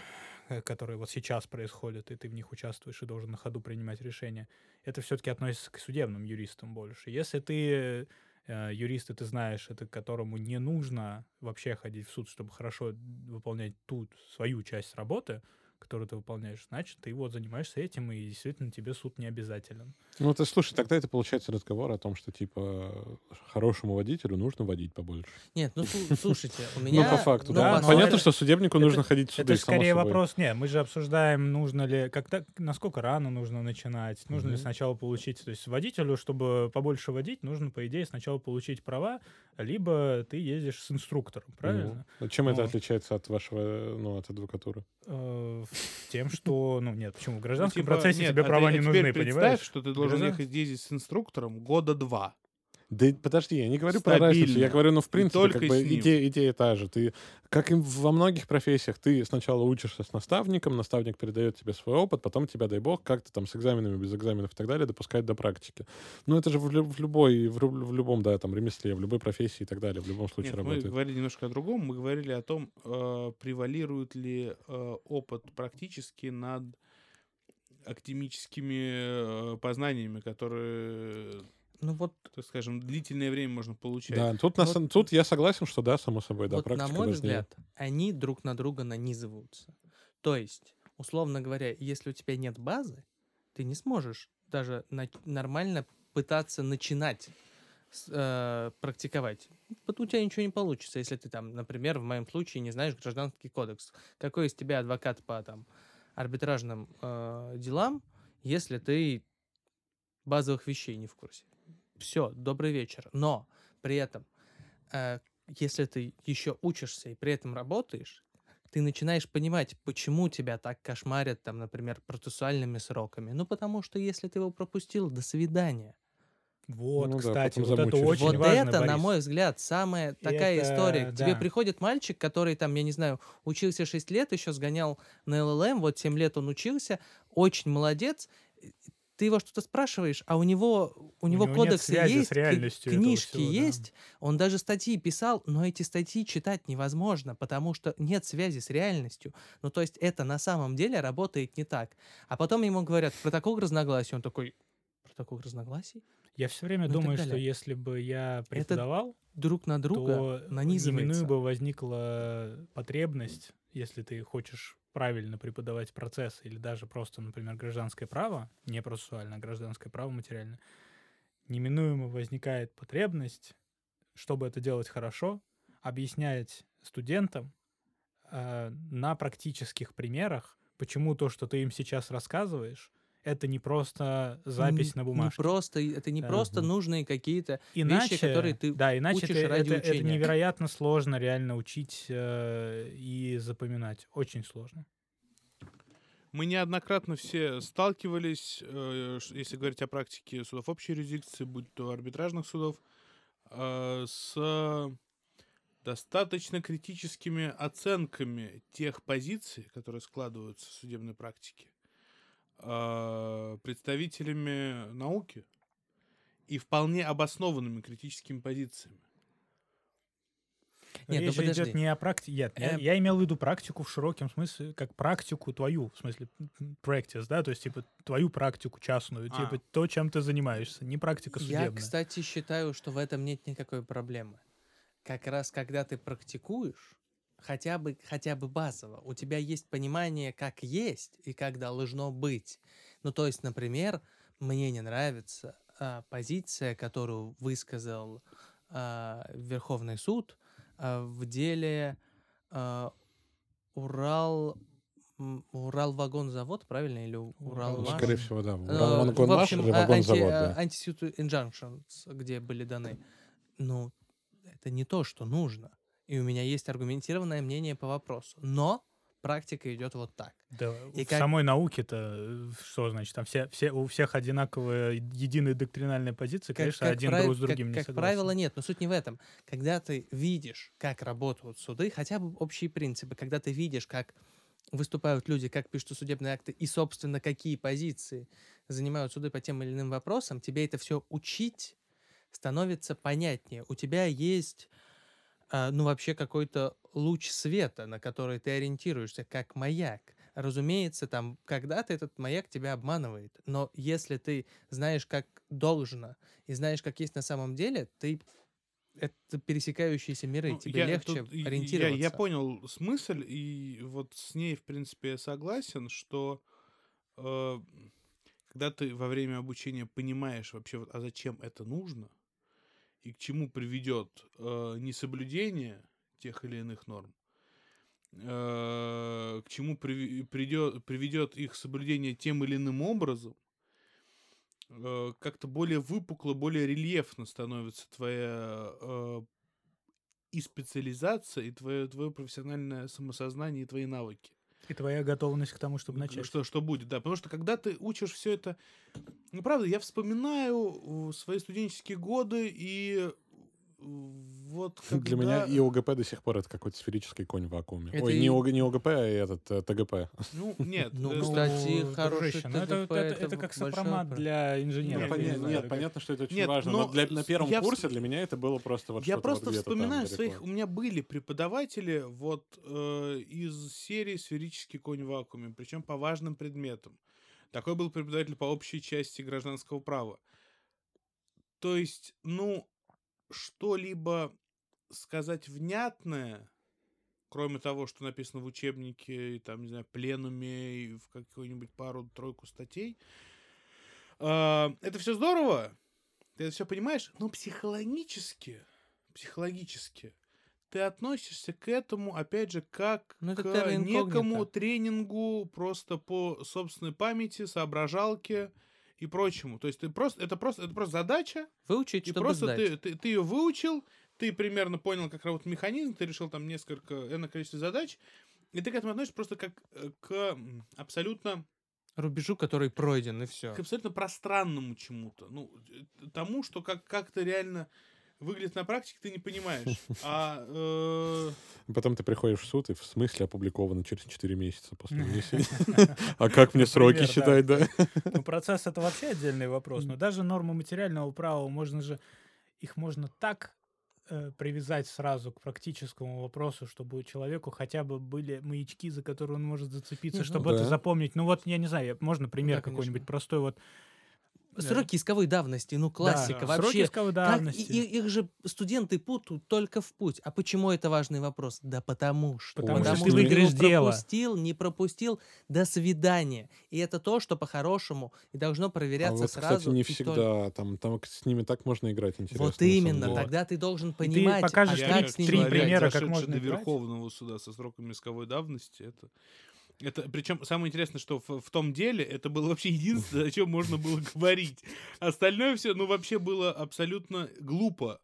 которые вот сейчас происходят, и ты в них участвуешь и должен на ходу принимать решения, это все-таки относится к судебным юристам больше. Если ты юрист, и ты знаешь, это которому не нужно вообще ходить в суд, чтобы хорошо выполнять ту свою часть работы, которую ты выполняешь, значит, ты вот занимаешься этим, и действительно тебе суд не обязателен. Ну, ты слушай, тогда это получается разговор о том, что, типа, хорошему водителю нужно водить побольше. Нет, ну слушайте, у Ну, меня... по факту, да, да. но Понятно, это- что судебнику нужно это- ходить в суды, Это само скорее собой. вопрос, не, мы же обсуждаем, нужно ли, насколько рано нужно начинать, нужно ли Мгм. сначала получить, то есть водителю, чтобы побольше водить, нужно, по идее, сначала получить права, либо ты ездишь с инструктором, правильно? Ну, чем это Ну. отличается от вашего, ну, от адвокатуры? Тем, что, ну нет, почему? В гражданском Типа, процессе нет, тебе а права ты- не а нужны, теперь представь, понимаешь? что ты должен Граждан- ездить с инструктором года 2. Да подожди, я не говорю про разницу, я Стабильно. говорю, ну, в И принципе, только как бы с ним. идея та же. Ты, как и во многих профессиях, ты сначала учишься с наставником, наставник передает тебе свой опыт, потом тебя, дай бог, как-то там с экзаменами, без экзаменов и так далее допускает до практики. Ну, это же в любом, да, там, ремесле, в любой профессии и так далее, в любом случае Нет, мы работает. говорили немножко о другом. Мы говорили о том, превалирует ли опыт практически над академическими познаниями, которые, Ну вот, так скажем, длительное время можно получать. Да, тут, Вот- тут я согласен, что да, само собой, да, вот на практика мой важнее. взгляд, они друг на друга нанизываются. То есть, условно говоря, если у тебя нет базы, ты не сможешь даже нормально пытаться начинать практиковать. Вот у тебя ничего не получится, если ты там, например, в моем случае не знаешь гражданский кодекс. Какой из тебя адвокат по там арбитражным делам, если ты базовых вещей не в курсе? Все, добрый вечер. Но при этом, если ты еще учишься и при этом работаешь, ты начинаешь понимать, почему тебя так кошмарят, там, например, процессуальными сроками. Ну, потому что если ты его пропустил, до свидания. Вот, Ну да, кстати, потом вот это замучаешься. очень Вот важно, это, на Борис. мой взгляд, самая такая Это, история. К тебе да. приходит мальчик, который там, я не знаю, учился 6 лет, еще сгонял на ЛЛМ, вот 7 лет он учился, очень молодец. Ты его что-то спрашиваешь, а у него него нет кодексы связи с есть, реальностью этого книжки всего, да. есть, он даже статьи писал, но эти статьи читать невозможно, потому что нет связи с реальностью. Ну, то есть это на самом деле работает не так. А потом ему говорят, протокол разногласий, он такой, протокол разногласий? Я все время Ну и так думаю, что далее. если бы я преподавал, Друг на друга то нанизывается. неминуемо бы возникла потребность, если ты хочешь правильно преподавать процесс или даже просто, например, гражданское право, не процессуальное, а гражданское право материальное, неминуемо возникает потребность, чтобы это делать хорошо, объяснять студентам на практических примерах, почему то, что ты им сейчас рассказываешь, это не просто запись на бумажке. Это не Да. просто нужные какие-то Иначе, вещи, которые ты да, иначе учишь это, ради это учения. невероятно сложно реально учить и запоминать. Очень сложно. Мы неоднократно все сталкивались, если говорить о практике судов общей юрисдикции, будь то арбитражных судов, с достаточно критическими оценками тех позиций, которые складываются в судебной практике, представителями науки и вполне обоснованными критическими позициями. Нет, ну Речь же идет подожди. не о практике. Нет, я имел в виду практику в широком смысле, как практику твою, в смысле practice, да, то есть типа твою практику частную, типа то, чем ты занимаешься, не практика судебная. Я, кстати, считаю, что в этом нет никакой проблемы. Как раз когда ты практикуешь, хотя бы базово, у тебя есть понимание, как есть и как должно быть. Ну, то есть, например, мне не нравится позиция, которую высказал Верховный суд в деле Уралвагонзавод, правильно? Или Уралмаш? Скорее всего, да. В Вагонмаш общем, или вагонзавод, да. антисуит injunctions, где были даны. Ну, это не то, что нужно. И у меня есть аргументированное мнение по вопросу. Но практика идет вот так. Да, И в как- самой науке-то что значит? Там у всех одинаковые единые доктринальные позиции, конечно, один друг с другим не как согласен. правило, нет. Но суть не в этом. Когда ты видишь, как работают суды, хотя бы общие принципы, когда ты видишь, как выступают люди, как пишут судебные акты и, собственно, какие позиции занимают суды по тем или иным вопросам, тебе это все учить становится понятнее. У тебя есть, вообще какой-то луч света, на который ты ориентируешься, как маяк. разумеется, там когда-то этот маяк тебя обманывает. Но если ты знаешь, как должно, и знаешь, как есть на самом деле, это пересекающиеся миры, Ну, тебе легче я ориентироваться. понял смысль, и вот с ней, в принципе, я согласен, что э, когда ты во время обучения понимаешь вообще, а зачем это нужно, и к чему приведет несоблюдение тех или иных норм, к чему приведет их соблюдение тем или иным образом, как-то более выпукло, более рельефно становится твоя и специализация, и твое профессиональное самосознание, и твои навыки. И твоя готовность к тому, чтобы начать. Что будет, да. Потому что когда ты учишь все это... Ну, правда, я вспоминаю свои студенческие годы, и вот когда... Для меня и ОГП до сих пор это какой-то сферический конь в вакууме. Это Ой, и- не ОГП, а этот ТГП. Ну, нет. Ну, это- кстати, хороший дружище, ну ТГП, это как большой сопромат вопрос. для инженеров. Нет, я не нет, знаю, Нет, как- понятно, что это очень Нет, важно, но но на первом я курсе для меня это было просто вот Я что-то просто вот где-то там вспоминаю далеко. своих... У меня были преподаватели вот из серии «Сферический конь в вакууме», причем по важным предметам. Такой был преподаватель по общей части гражданского права. То есть, ну, что-либо сказать внятное, кроме того, что написано в учебнике, и там, не знаю, пленуме, и в какую-нибудь пару-тройку статей, это все здорово, ты это все понимаешь, но психологически ты относишься к этому, опять же, как Ну, это к терра инкогнита. некому тренингу просто по собственной памяти, соображалке и прочему. То есть это просто задача, Выучить, и чтобы просто сдать. ты ее выучил, ты примерно понял, как работает механизм, ты решил там энное количество задач, и ты к этому относишься просто как к абсолютно Рубежу, который пройден, и все. к абсолютно пространному чему-то. Ну, тому, что как-то реально выглядит на практике, ты не понимаешь. Потом ты приходишь в суд, и в смысле опубликовано через 4 месяца после внесения. А как мне сроки Например, считать, да? Ну, процесс — это вообще отдельный вопрос. Но даже нормы материального права, их можно так привязать сразу к практическому вопросу, чтобы у человеку хотя бы были маячки, за которые он может зацепиться, Не, ну чтобы это да. запомнить. Ну вот, я не знаю, можно пример да, конечно. какой-нибудь простой. Вот Сроки исковой давности, ну классика. Да. сроки Вообще, исковой давности. их же студенты путают только в путь. А почему это важный вопрос? Да потому что. Потому что Потому ты что выиграешь не дело. не пропустил, до свидания. И это то, что по-хорошему и должно А проверяться вот, сразу. кстати, не и только. всегда. Там с ними так можно играть интересно. Вот на самом именно, деле. тогда ты должен ты понимать, покажешь а я как как с ними три человек, играть. примера, как зашедший можно до играть. Верховного суда со сроками исковой давности, это причем самое интересное, что в том деле это было вообще единственное, о чем можно было говорить. Остальное все, ну, вообще было абсолютно глупо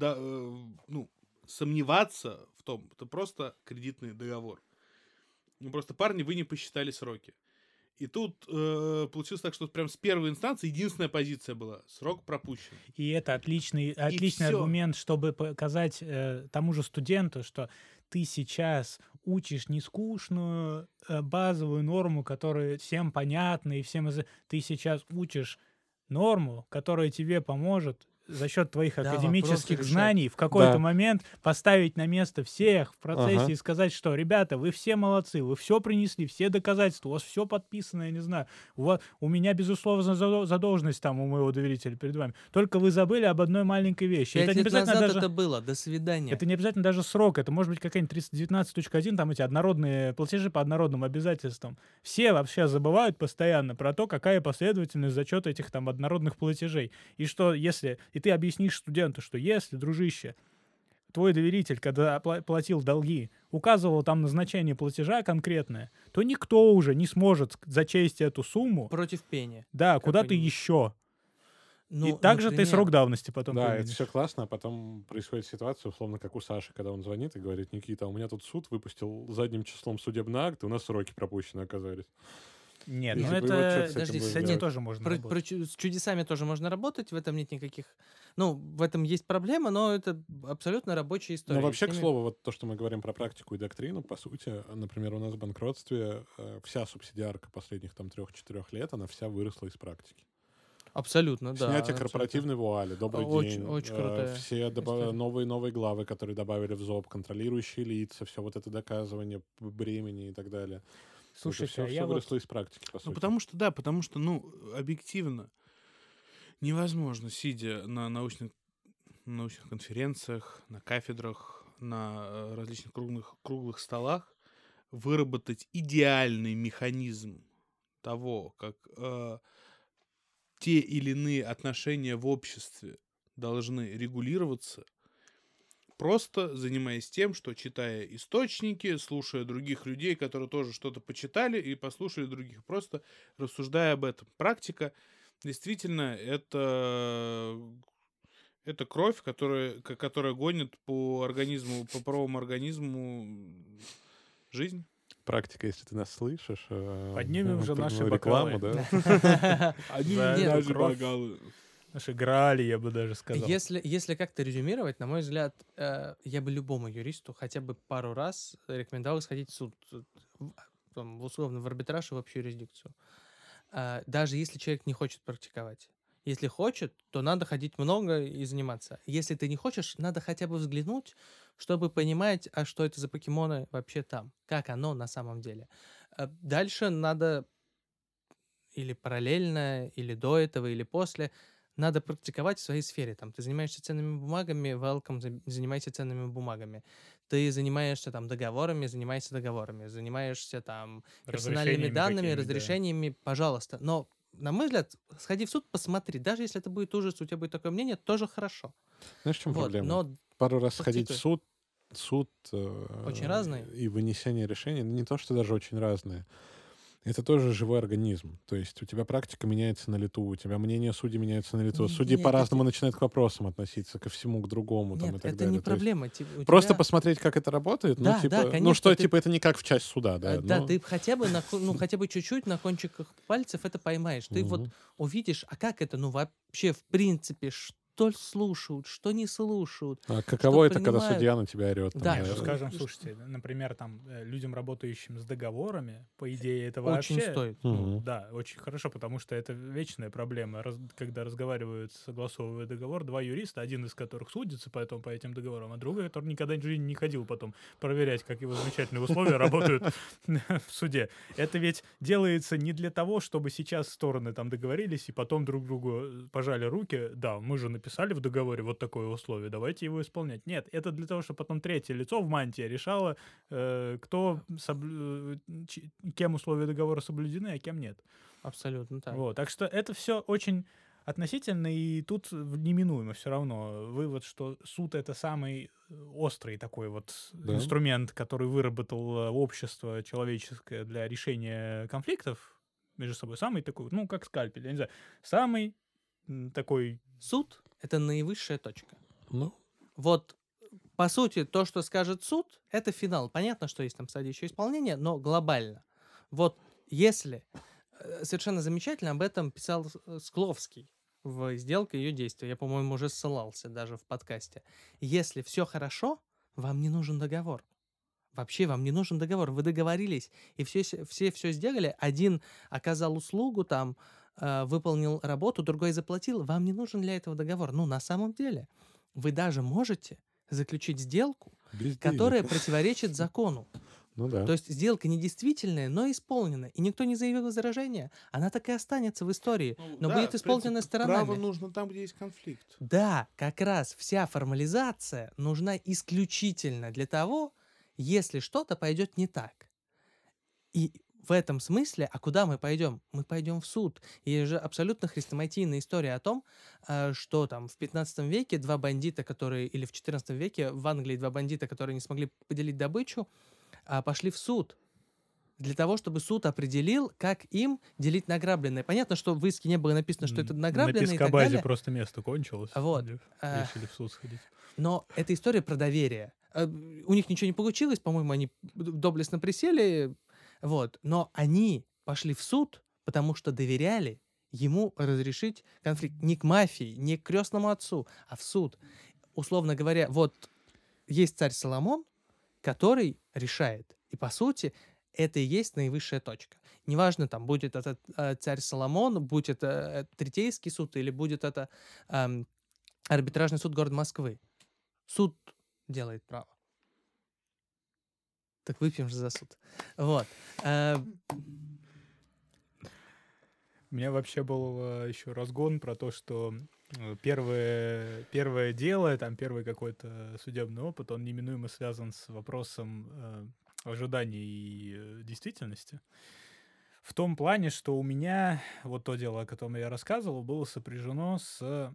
сомневаться в том. Это просто кредитный договор. Ну, просто, парни, вы не посчитали сроки. И тут получилось так, что прям с первой инстанции единственная позиция была: срок пропущен. И это отличный всё. аргумент, чтобы показать тому же студенту, что ты сейчас учишь не скучную базовую норму, которая всем понятна и всем ты сейчас учишь норму, которая тебе поможет за счет твоих Да, академических вопросы знаний в какой-то Да. момент поставить на место всех в процессе Ага. и сказать, что, ребята, вы все молодцы, вы все принесли, все доказательства, у вас все подписано, я не знаю, у меня, безусловно, задолженность там у моего доверителя перед вами. Только вы забыли об одной маленькой вещи. 5 Это не лет обязательно назад даже... это было. До свидания. Это не обязательно даже срок, это может быть какая-нибудь 319.1, там эти однородные платежи по однородным обязательствам. Все вообще забывают постоянно про то, какая последовательность зачета этих там однородных платежей. И что если... И ты объяснишь студенту, что если, дружище, твой доверитель, когда платил долги, указывал там назначение платежа конкретное, то никто уже не сможет зачесть эту сумму, Против пени. да, куда-то какой-нибудь. еще. Ну, И также ты например, срок давности потом Да, это поменяешь. все классно, а потом происходит ситуация, условно, как у Саши, когда он звонит и говорит: Никита, у меня тут суд выпустил задним числом судебный акт, и у нас сроки пропущены оказались. Нет, И ну типа, и вот это... чё с этим Подожди, будем С этим делать? тоже можно Про работать. с чудесами тоже можно работать, в этом нет никаких... Ну, в этом есть проблема, но это абсолютно рабочая история. Ну, вообще, С к ними- слову, вот то, что мы говорим про практику и доктрину, по сути, например, у нас в банкротстве вся субсидиарка последних там 3-4 лет, она вся выросла из практики. Абсолютно, да. Снятие абсолютно. корпоративной вуали, добрый Очень- день. очень крутая Все история. новые главы, которые добавили в ЗОП, контролирующие лица, все вот это доказывание бремени и так далее. Слушайте, все, а я вот... выросло из практики, по Ну, сути. потому что, объективно невозможно, сидя на научных конференциях, на кафедрах, на различных круглых столах, выработать идеальный механизм того, как те или иные отношения в обществе должны регулироваться, просто занимаясь тем, что читая источники, слушая других людей, которые тоже что-то почитали и послушали других, просто рассуждая об этом. Практика действительно это кровь, которая гонит по организму, по правому организму жизнь. Практика, если ты нас слышишь. Поднимем же наши рекламу, бокалы. да? Они За эту даже кровь. бокалы. Наши грали, я бы даже сказал. Если как-то резюмировать, на мой взгляд, я бы любому юристу хотя бы пару раз рекомендовал сходить в суд, условно в арбитраж и в общую юрисдикцию. Даже если человек не хочет практиковать. Если хочет, то надо ходить много и заниматься. Если ты не хочешь, надо хотя бы взглянуть, чтобы понимать, а что это за покемоны вообще там, как оно на самом деле. Дальше надо или параллельно, или до этого, или после, надо практиковать в своей сфере. Там, ты занимаешься ценными бумагами, welcome, занимайся ценными бумагами. Ты занимаешься там договорами, занимайся договорами. Занимаешься там персональными Разрешениями данными, какими-то. разрешениями, пожалуйста. Но, на мой взгляд, сходи в суд, посмотри. Даже если это будет ужас, у тебя будет такое мнение, тоже хорошо. Знаешь, в чем Вот, проблема? но Пару раз сходить в практикуй. суд Очень разные. и вынесение решений, не то, что даже очень разные. Это тоже живой организм. То есть у тебя практика меняется на лету, у тебя мнение судей меняется на лету. Судьи Нет, по-разному начинают к вопросам относиться, ко всему, к другому там, и Нет, так это далее. не То есть проблема. У просто тебя- посмотреть, как это работает. Да, ну, типа, да, ну, конечно, что, ты- типа, это не как в часть суда, да. Да, но- ты хотя бы, хотя бы чуть-чуть на кончиках пальцев это поймаешь. Ты вот Мгм. увидишь, а как это, вообще, в принципе, что слушают, что не слушают. А каково это, когда принимают. судья на тебя орет? Да, Не, ну что- скажем, слушайте, например, там людям, работающим с договорами, по идее, это Очень вообще... стоит. Ну, Мгм. да, очень хорошо, потому что это вечная проблема. Когда разговаривают, согласовывая договор, два юриста, один из которых судится по этим договорам, а другой, который никогда в жизни не ходил потом проверять, как его замечательные условия работают в суде. Это ведь делается не для того, чтобы сейчас стороны там договорились и потом друг другу пожали руки. Да, мы же написали в договоре вот такое условие, давайте его исполнять. Нет, это для того, чтобы потом третье лицо в мантии решало, кем условия договора соблюдены, а кем нет. Абсолютно так. Вот, так что это все очень относительно, и тут неминуемо все равно вывод, что суд — это самый острый такой вот Да. инструмент, который выработало общество человеческое для решения конфликтов между собой. Самый такой, ну, как скальпель, я не знаю, самый такой... Суд — это наивысшая точка. Ну, Вот, по сути, то, что скажет суд, это финал. Понятно, что есть там стадия еще исполнения, но глобально. Вот если... Совершенно замечательно об этом писал Скловский в «Сделке и ее действия». Я, по-моему, уже ссылался даже в подкасте. Если все хорошо, вам не нужен договор. Вообще вам не нужен договор. Вы договорились, и все сделали. Один оказал услугу, там, выполнил работу, другой заплатил. Вам не нужен для этого договор. Ну, на самом деле, вы даже можете заключить сделку, без которая денег. противоречит закону. Ну да. То есть сделка недействительная, но исполнена. И никто не заявил возражения. Она так и останется в истории, но Да, будет в исполнена принципе, сторонами. Право нужно там, где есть конфликт. Да, как раз вся формализация нужна исключительно для того, если что-то пойдет не так. И в этом смысле, а куда мы пойдем? Мы пойдем в суд. Есть же абсолютно хрестоматийная история о том, что там в 15 веке два бандита, или в 14 веке в Англии два бандита, которые не смогли поделить добычу, пошли в суд для того, чтобы суд определил, как им делить награбленное. Понятно, что в иске не было написано, что это награбленное На и так пескобазе далее. просто место кончилось. Вот, Решили в суд сходить. Но это история про доверие. У них ничего не получилось, по-моему, они доблестно присели, вот. Но они пошли в суд, потому что доверяли ему разрешить конфликт не к мафии, не к крестному отцу, а в суд. Условно говоря, вот есть царь Соломон, который решает. И, по сути, это и есть наивысшая точка. Неважно, там, будет это царь Соломон, будь это Третейский суд или будет это арбитражный суд города Москвы. Суд делает право. Так выпьем же за суд. Вот. У меня вообще был еще разгон про то, что первое дело, там первый какой-то судебный опыт, он неминуемо связан с вопросом ожиданий и действительности. В том плане, что у меня вот то дело, о котором я рассказывал, было сопряжено с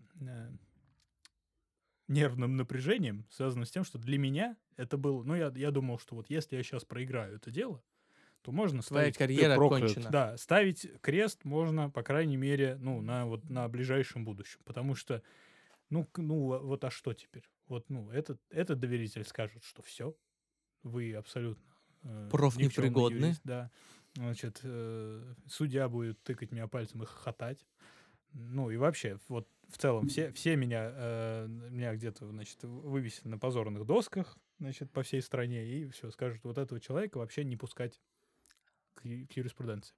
нервным напряжением, связанным с тем, что для меня это было... Ну, я думал, что вот если я сейчас проиграю это дело, то можно Твоя ставить... карьера проклят. кончена. Да, ставить крест можно, по крайней мере, ну, на ближайшем будущем. Потому что, вот а что теперь? Вот, этот доверитель скажет, что все, вы абсолютно никчемный Профнепригодны. юрист, да. Значит, судья будет тыкать меня пальцем и хохотать. Ну, и вообще, вот в целом, все меня где-то, значит, вывесили на позорных досках, значит, по всей стране, и все, скажут, вот этого человека вообще не пускать к юриспруденции.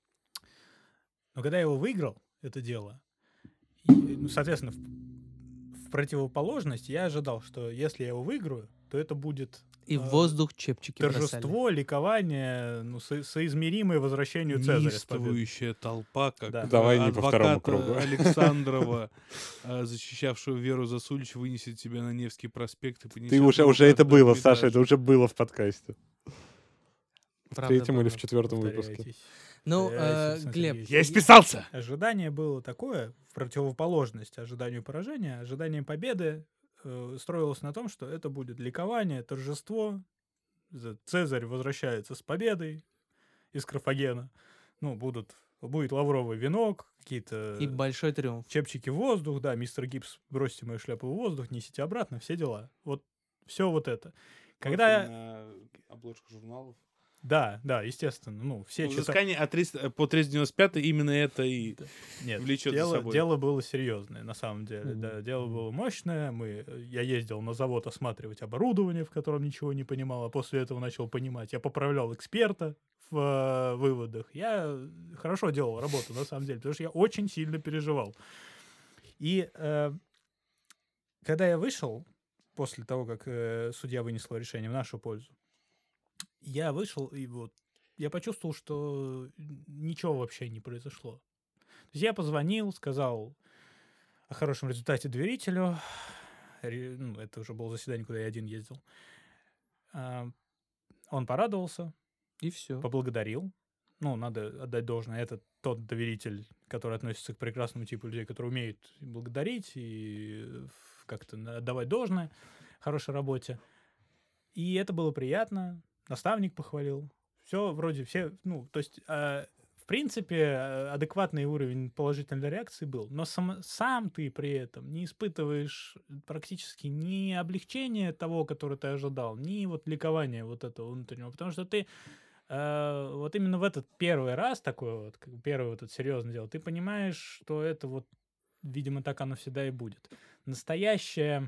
Но когда я его выиграл, это дело, соответственно, в противоположность я ожидал, что если я его выиграю, то это будет И в воздух чепчики бросали. торжество, ликование, соизмеримое возвращению Цезаря с победой. Неистовующая толпа, как Да. Давай не по второму адвоката кругу. Александрова, защищавшего Веру Засулич, вынесет тебя на Невский проспект и понесет... Ты уже это было, Саша, это уже было в подкасте. В Правда третьем или было. в четвертом выпуске. Повторяйтесь. Ну, Повторяйся, Александр Глеб, Сергеевич. Я исписался! Ожидание было такое, в противоположность ожиданию поражения, ожидание победы строилось на том, что это будет ликование, торжество, Цезарь возвращается с победой из Карфагена, будет лавровый венок, какие-то и большой триумф. чепчики в воздух, да, мистер Гибс, бросьте мою шляпу в воздух, несите обратно, все дела. Вот все вот это. Когда... На обложку журналов. Да, естественно, все читают. Взыскание по 395 именно это и Нет, влечет за собой. дело было серьезное, на самом деле. Мгм. Да, дело было мощное. Я ездил на завод осматривать оборудование, в котором ничего не понимал, а после этого начал понимать. Я поправлял эксперта в выводах. Я хорошо делал работу, на самом деле, потому что я очень сильно переживал. И когда я вышел, после того, как судья вынесла решение в нашу пользу, я вышел, и вот я почувствовал, что ничего вообще не произошло. То есть я позвонил, сказал о хорошем результате доверителю. Это уже было заседание, куда я один ездил. Он порадовался, И все. поблагодарил. Надо отдать должное. Это тот доверитель, который относится к прекрасному типу людей, который умеет благодарить и как-то отдавать должное хорошей работе. И это было приятно. Наставник похвалил. Все вроде то есть, в принципе, адекватный уровень положительной реакции был. Но сам ты при этом не испытываешь практически ни облегчения того, которое ты ожидал, ни вот ликования вот этого внутреннего. Потому что ты вот именно в этот первый раз такой вот, первое вот это серьезное дело, ты понимаешь, что это вот, видимо, так оно всегда и будет. Настоящее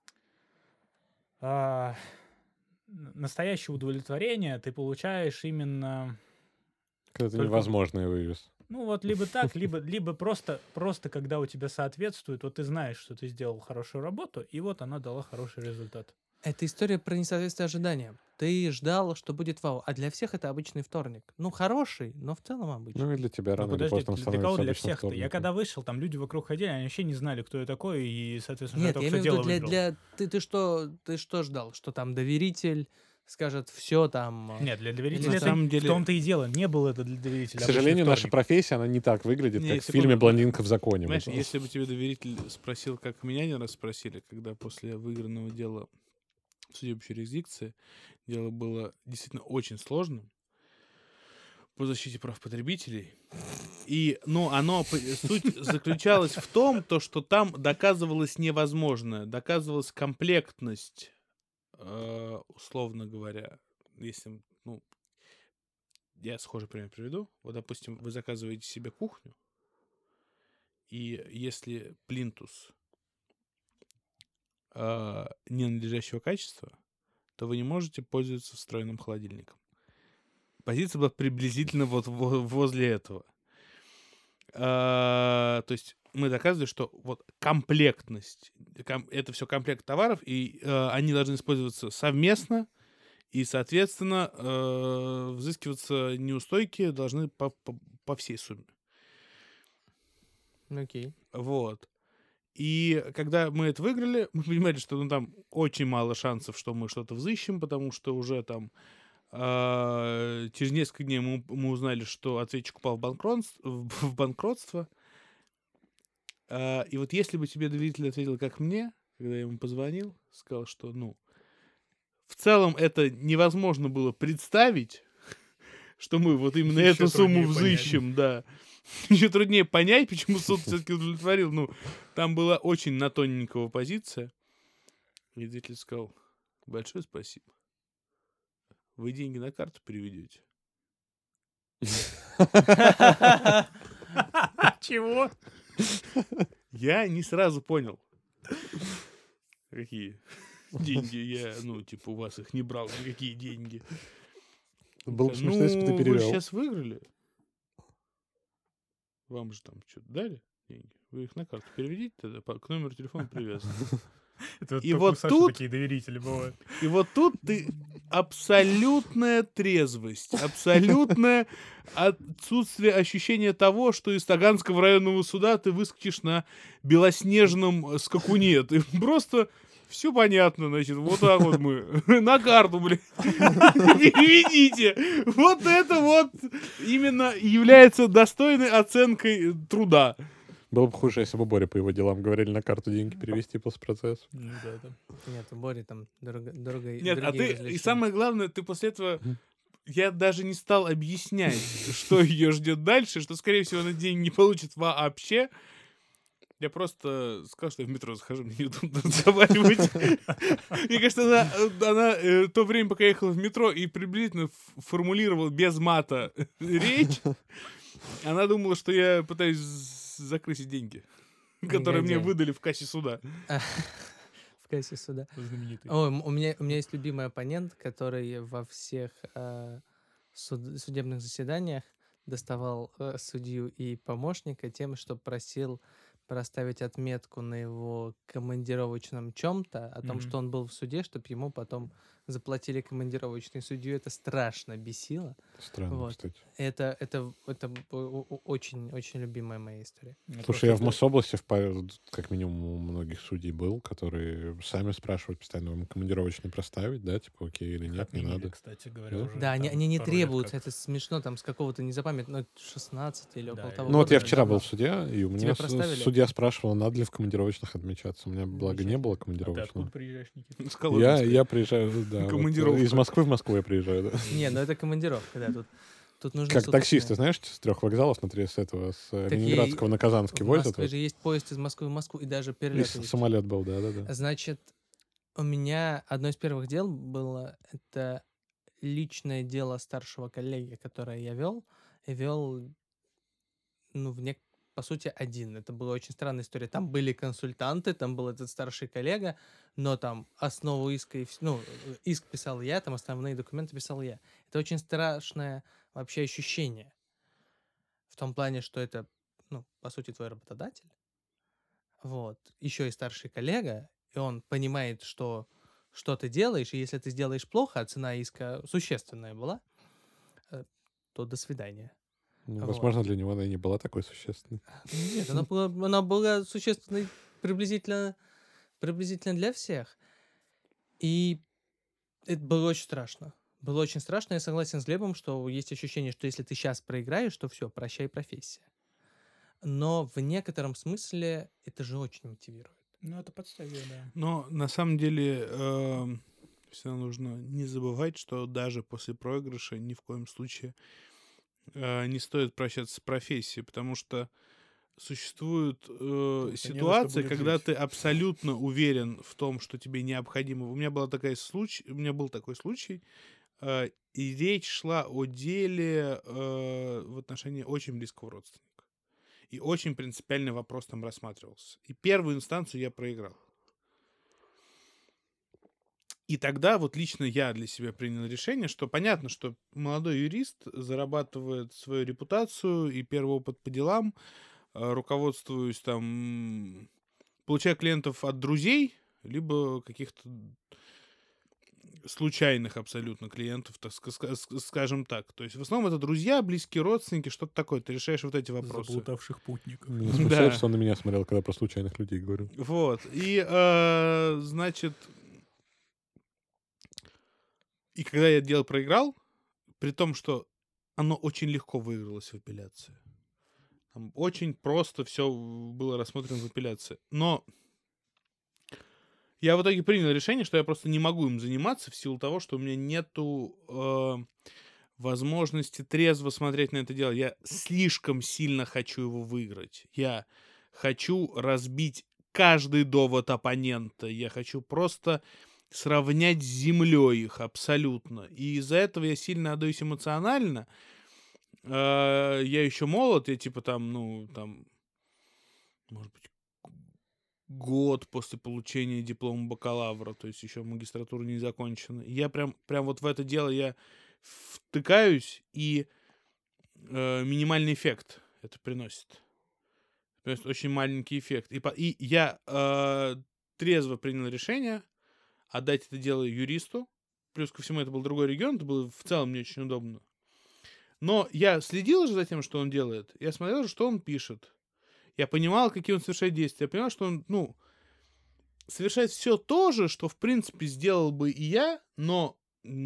удовлетворение ты получаешь именно... Когда ты Только- невозможное вывез. либо так, либо просто когда у тебя соответствует, вот ты знаешь, что ты сделал хорошую работу, и вот она дала хороший результат. Это история про несоответствие ожиданиям. Ты ждал, что будет вау, а для всех это обычный вторник. Хороший, но в целом обычный. Ну и для тебя рано или Подожди, поздно он для кого становится для обычным всех-то? Я вторником. когда вышел, там люди вокруг ходили, они вообще не знали, кто я такой, и, соответственно, Нет, я я только что имею в дело виду выиграл. ты что ждал? Что там доверитель скажет все там... Нет, для На доверителя самом в деле- том-то и дело. Не было это для доверителя. К обычный сожалению, наша вторник. профессия, она не так выглядит, Не, как в секунду. фильме «Блондинка в законе». Понимаешь, Вот. если бы тебе доверитель спросил, как меня один раз спросили, когда после выигранного дела в судебной юрисдикции дело было действительно очень сложным по защите прав потребителей. И, суть заключалась в том, что там доказывалось невозможное, доказывалась комплектность, условно говоря, если, я схожий пример приведу. Вот, допустим, вы заказываете себе кухню, и если плинтус ненадлежащего качества, то вы не можете пользоваться встроенным холодильником. Позиция была приблизительно вот возле этого. То есть мы доказывали, что вот комплектность, это все комплект товаров, и они должны использоваться совместно, И, соответственно, взыскиваться неустойки должны по всей сумме. Окей. Вот. И когда мы это выиграли, мы понимали, что ну, там очень мало шансов, что мы что-то взыщем, потому что уже там через несколько дней мы узнали, что ответчик упал в банкротство. И вот если бы тебе доверитель ответил, как мне, когда я ему позвонил, сказал, что, ну, в целом это невозможно было представить, что мы вот именно Ещё эту сумму труднее понять. взыщем, да. Еще труднее понять, почему суд все-таки удовлетворил. Ну, там была очень на тоненького позиция. И деятель сказал: большое спасибо. Вы деньги на карту переведете? Чего? Я не сразу понял. Какие деньги? Я, ну, типа, у вас их не брал. Никакие деньги. Было бы смешно, если бы ты Ну, вы же перевел. сейчас выиграли. Вам же там что-то дали деньги? Вы их на карту переведите тогда, к номеру телефона привязаны. Это И только вот у Саши тут- такие доверители бывают. И вот тут ты абсолютная трезвость, абсолютное отсутствие ощущения того, что из Таганского районного суда ты выскочишь на белоснежном скакуне. Ты просто все понятно, значит, вот так вот мы на карту, блин, переведите. Вот это вот именно является достойной оценкой труда. Было бы хуже, если бы Боря по его делам говорили на карту деньги перевести после процесса. Ну да, да. Нет, у Бори там дорого. Нет, а ты, и развлечения. самое главное, ты после этого, я даже не стал объяснять, что ее ждет дальше, что, скорее всего, она деньги не получит вообще. Я просто сказал, что я в метро захожу, мне неудобно разговаривать. Мне кажется, она то время, пока я ехал в метро и приблизительно формулировал без мата речь, она думала, что я пытаюсь закрыть деньги, которые мне Негодяй. выдали в кассе суда. В кассе суда. Знаменитый. Ой, у меня есть любимый оппонент, который во всех судебных заседаниях доставал судью и помощника тем, что просил проставить отметку на его командировочном чем-то, о том, Мгм. что он был в суде, чтобы ему потом заплатили командировочный. Судью это страшно бесило. Странно, Вот. кстати. Это очень любимая моя история. Ну, Слушай, просто я в это- Мособласти как минимум у многих судей был, которые сами спрашивают постоянно, вам командировочный проставить, да, типа окей или их нет, не отменили, надо. кстати говоря, Да? уже Да, там они не пару лет требуются, как. это смешно, там с какого-то незапамятного, 16 или Да, около и того. Ну вот я года, вчера был давно. в суде, и у меня Тебе проставили? судья спрашивал, надо ли в командировочных отмечаться. У меня, благо, не было А ты откуда командировочного. приезжаешь, Никита? С Коломенской. Я приезжаю, да, вот, Командировка. из Москвы в Москву я приезжаю, да. Не, ну это командировка, да, тут нужно Как суточные. таксисты, знаешь, с 3 вокзалов с этого, с Так Ленинградского на Казанский В возят. Москве Вот. же есть поезд из Москвы в Москву, и даже И перелет есть. самолет был, да. Значит, у меня одно из первых дел было, это личное дело старшего коллеги, которое я вел. И вел, ну, по сути, один. Это была очень странная история. Там были консультанты, там был этот старший коллега, но там основу иска, иск писал я, там основные документы писал я. Это очень страшное вообще ощущение. В том плане, что это, ну, по сути, твой работодатель. Вот. Еще и старший коллега, и он понимает, что ты делаешь, и если ты сделаешь плохо, а цена иска существенная была, то до свидания. Ну, Вот. возможно, для него она и не была такой существенной. Нет, она была существенной приблизительно для всех. И это было очень страшно. Было очень страшно. Я согласен с Глебом, что есть ощущение, что если ты сейчас проиграешь, то все, прощай профессия. Но в некотором смысле это же очень мотивирует. Ну, это подставили, да. Но на самом деле всегда нужно не забывать, что даже после проигрыша ни в коем случае не стоит прощаться с профессией, потому что существуют не за что ситуации, будет когда жить. ты абсолютно уверен в том, что тебе необходимо. У меня был такой случай, и речь шла о деле в отношении очень близкого родственника. И очень принципиальный вопрос там рассматривался. И первую инстанцию я проиграл. И тогда вот лично я для себя принял решение, что понятно, что молодой юрист зарабатывает свою репутацию и первый опыт по делам, руководствуюсь там, получая клиентов от друзей, либо каких-то случайных абсолютно клиентов, так скажем так. То есть в основном это друзья, близкие родственники, что-то такое. Ты решаешь вот эти вопросы. Заблудавших путников. Меня смущает, Да. что он на меня смотрел, когда про случайных людей говорил. Вот. И, значит... И когда я дело проиграл, при том, что оно очень легко выигралось в апелляции. Там очень просто все было рассмотрено в апелляции. Но я в итоге принял решение, что я просто не могу им заниматься в силу того, что у меня нету возможности трезво смотреть на это дело. Я слишком сильно хочу его выиграть. Я хочу разбить каждый довод оппонента. Я хочу просто сравнять с землей их абсолютно. И из-за этого я сильно отдаюсь эмоционально. Я еще молод, я типа там, может быть, год после получения диплома бакалавра, то есть еще магистратура не закончена. Я прям вот в это дело я втыкаюсь, и минимальный эффект это приносит. Приносит очень маленький эффект. И я трезво принял решение отдать это дело юристу. Плюс ко всему это был другой регион, это было в целом не очень удобно. Но я следил же за тем, что он делает. Я смотрел, что он пишет. Я понимал, какие он совершает действия. Я понимал, что он, совершает все то же, что, в принципе, сделал бы и я, но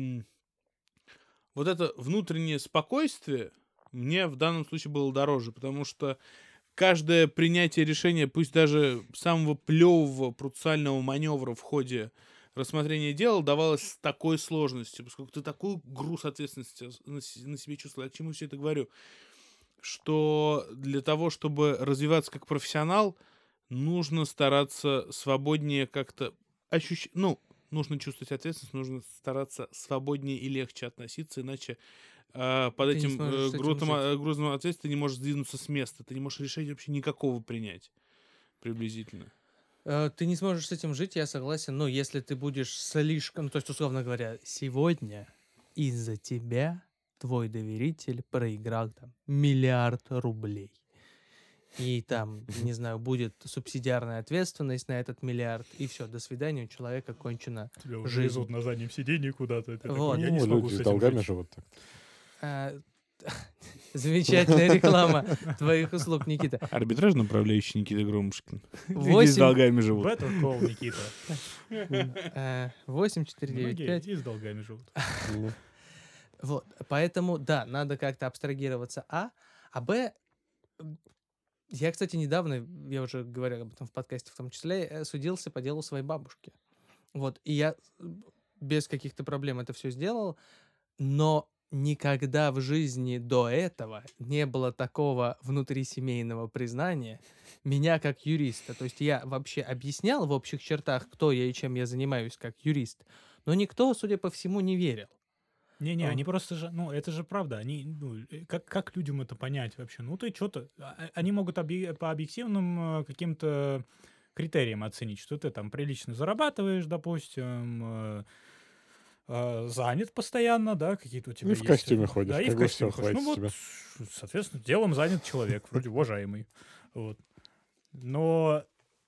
вот это внутреннее спокойствие мне в данном случае было дороже, потому что каждое принятие решения, пусть даже самого плевого процессуального маневра в ходе рассмотрения дела, давалось с такой сложностью, поскольку ты такой груз ответственности на себе чувствовал. Я к чему все это говорю? Что для того, чтобы развиваться как профессионал, нужно стараться свободнее как-то ощущать, нужно чувствовать ответственность, нужно стараться свободнее и легче относиться, иначе под Ты не этим сможешь с этим жить. грузом ответственности ты не можешь сдвинуться с места, ты не можешь решения вообще никакого принять, приблизительно. Ты не сможешь с этим жить, я согласен, но если ты будешь слишком, то есть, условно говоря, сегодня из-за тебя твой доверитель проиграл там 1 миллиард рублей. И там, не знаю, будет субсидиарная ответственность на этот миллиард, и все, до свидания, у человека кончена Тебя уже жизнь. везут на заднем сиденье куда-то. Ты Вот. такой, я не смогу люди с с этим долгами жить. живут так. А, Замечательная реклама твоих услуг, Никита. Арбитражный управляющий Никита Громушкин. Люди с долгами живут. Better call, Никита. 8495. Многие и с долгами живут. Ну, Вот, поэтому, да, надо как-то абстрагироваться, а б, я, кстати, недавно, я уже говорил об этом в подкасте в том числе, судился по делу своей бабушки. Вот, и я без каких-то проблем это все сделал, но никогда в жизни до этого не было такого внутрисемейного признания меня как юриста. То есть я вообще объяснял в общих чертах, кто я и чем я занимаюсь как юрист, но никто, судя по всему, не верил. Не-не, А. они просто же, это же правда, они, как людям это понять вообще? Ты что-то, они могут по объективным каким-то критериям оценить, что ты там прилично зарабатываешь, допустим, занят постоянно, да, какие-то у тебя И в есть... костюме ходишь, Да, и как в бы костюме всё, ходишь. хватит Вот, тебя. соответственно, делом занят человек, вроде уважаемый. Вот. Но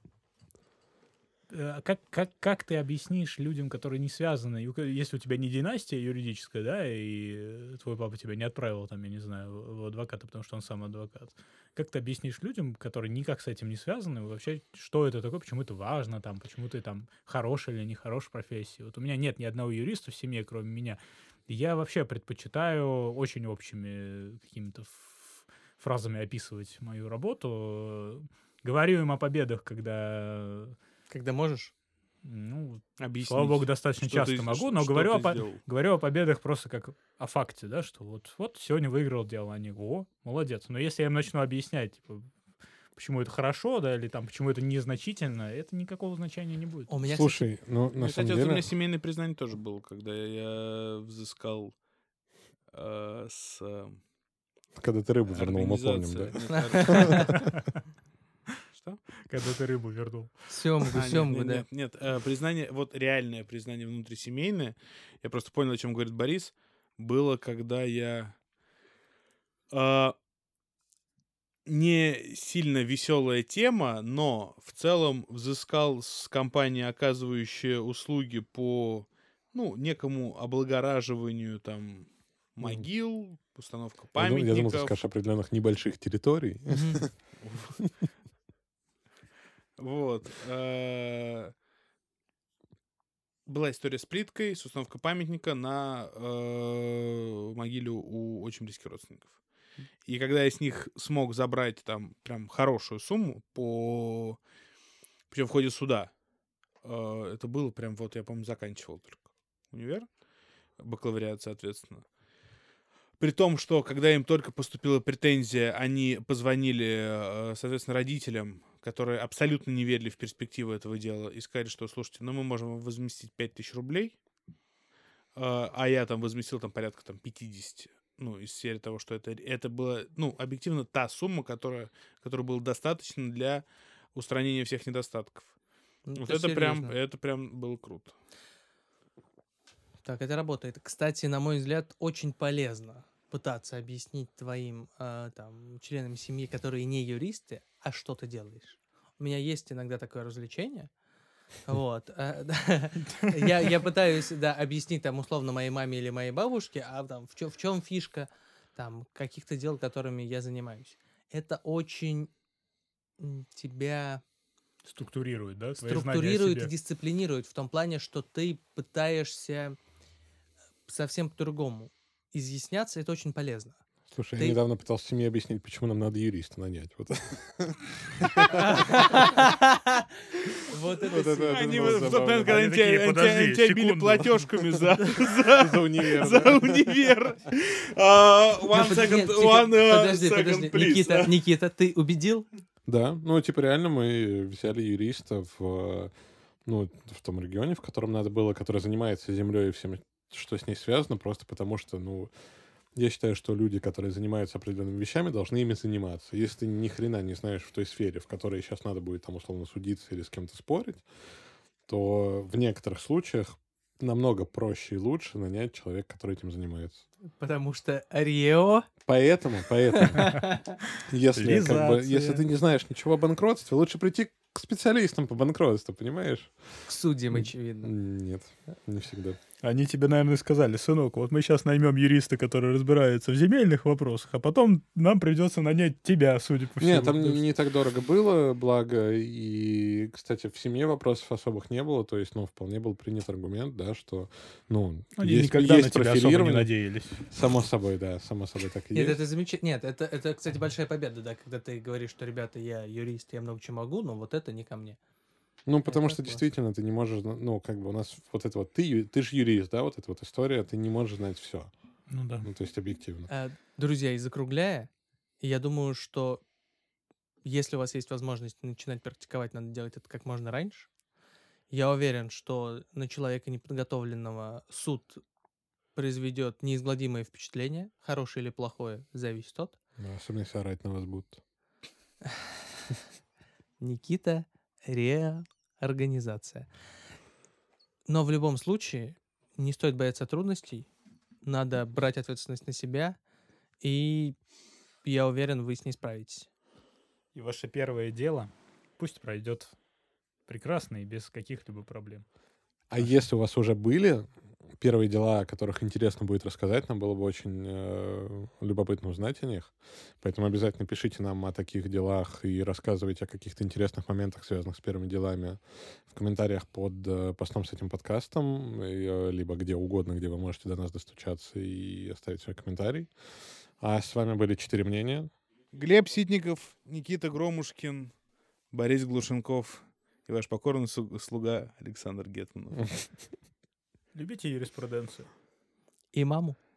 как ты объяснишь людям, которые не связаны, если у тебя не династия юридическая, да, и твой папа тебя не отправил, там, я не знаю, в адвоката, потому что он сам адвокат, как ты объяснишь людям, которые никак с этим не связаны, вообще, что это такое, почему это важно, там, почему ты там хороший или нехороший в профессии? Вот у меня нет ни одного юриста в семье, кроме меня. И я вообще предпочитаю очень общими какими-то фразами описывать мою работу. Говорю им о победах, Когда можешь? Объяснить, слава богу, достаточно что часто ты- могу, что но ты сделал. говорю о победах просто как о факте, да, что вот сегодня выиграл дело, они, молодец. Но если я им начну объяснять, типа, почему это хорошо, да, или там, почему это незначительно, это никакого значения не будет. У меня, кстати, Слушай, ну, на Кстати, самом вот у меня деле... семейное признание тоже было, когда я взыскал с Когда ты рыбу вернул, мы помним, да? организации. Что? Когда ты рыбу вернул. Семгу, да. Нет, признание, вот реальное признание внутрисемейное, я просто понял, о чем говорит Борис, было, когда я не сильно веселая тема, но в целом взыскал с компании, оказывающей услуги по некому облагораживанию там могил, установка Я думал, ты памятников. скажешь определенных небольших территорий. Вот. Была история с плиткой, с установкой памятника на могиле у очень близких родственников. И когда я с них смог забрать там прям хорошую сумму причем в ходе суда, это было прям вот, я, по-моему, заканчивал только универ, бакалавриат, соответственно. При том, что когда им только поступила претензия, они позвонили, соответственно, родителям, которые абсолютно не верили в перспективу этого дела, и сказали, что, слушайте, мы можем вам возместить 5000 рублей, а я там возместил там порядка там 50, из серии того, что это было, объективно та сумма, которая была достаточно для устранения всех недостатков. Вот это прям было круто. Так, это работает. Кстати, на мой взгляд, очень полезно пытаться объяснить твоим членам семьи, которые не юристы, а что ты делаешь. У меня есть иногда такое развлечение. Вот. Я пытаюсь, объяснить там условно моей маме или моей бабушке, в чем фишка там каких-то дел, которыми я занимаюсь. Это очень тебя Структурирует, да? структурирует и дисциплинирует в том плане, что ты пытаешься совсем по-другому изъясняться, это очень полезно. Слушай, я недавно пытался семье объяснить, почему нам надо юриста нанять. Вот это Они в тот момент, когда они тебя били платежками за универ. One second, please. Никита, ты убедил? Да, реально мы взяли юриста в том регионе, в котором надо было, который занимается землей и всем, что с ней связано, просто потому что, я считаю, что люди, которые занимаются определенными вещами, должны ими заниматься. Если ты ни хрена не знаешь в той сфере, в которой сейчас надо будет там условно судиться или с кем-то спорить, то в некоторых случаях намного проще и лучше нанять человека, который этим занимается. Потому что Рио... Поэтому, если ты не знаешь ничего о банкротстве, лучше прийти к специалистам по банкротству, понимаешь? К судьям, очевидно. Нет, не всегда. Они тебе, наверное, сказали: сынок, вот мы сейчас наймем юриста, который разбирается в земельных вопросах, а потом нам придется нанять тебя, судя по всему. Нет, там не так дорого было, благо. И, кстати, в семье вопросов особых не было. То есть, вполне был принят аргумент, да, что, они никогда на тебя особо не надеялись. Само собой, да, так и есть. Нет, это замечательно. Нет, это, кстати, большая победа, да, когда ты говоришь, что, ребята, я юрист, я много чего могу, но вот это не ко мне. Потому что действительно ты не можешь, у нас вот это вот, ты же юрист, да, вот эта вот история, ты не можешь знать все. Ну да. То есть объективно. Друзья, и закругляя, я думаю, что если у вас есть возможность начинать практиковать, надо делать это как можно раньше. Я уверен, что на человека неподготовленного суд произведет неизгладимое впечатление, хорошее или плохое, зависит от. Да, особенно если орать на вас будут. Никита, реорганизация. Но в любом случае не стоит бояться трудностей, надо брать ответственность на себя, и я уверен, вы с ней справитесь. И ваше первое дело пусть пройдет прекрасно и без каких-либо проблем. А если у вас уже были первые дела, о которых интересно будет рассказать, нам было бы очень любопытно узнать о них. Поэтому обязательно пишите нам о таких делах и рассказывайте о каких-то интересных моментах, связанных с первыми делами, в комментариях под постом с этим подкастом, либо где угодно, где вы можете до нас достучаться и оставить свой комментарий. А с вами были 4 мнения. Глеб Ситников, Никита Громушкин, Борис Глушенков и ваш покорный слуга Александр Гетманов. Любите юриспруденцию. И маму.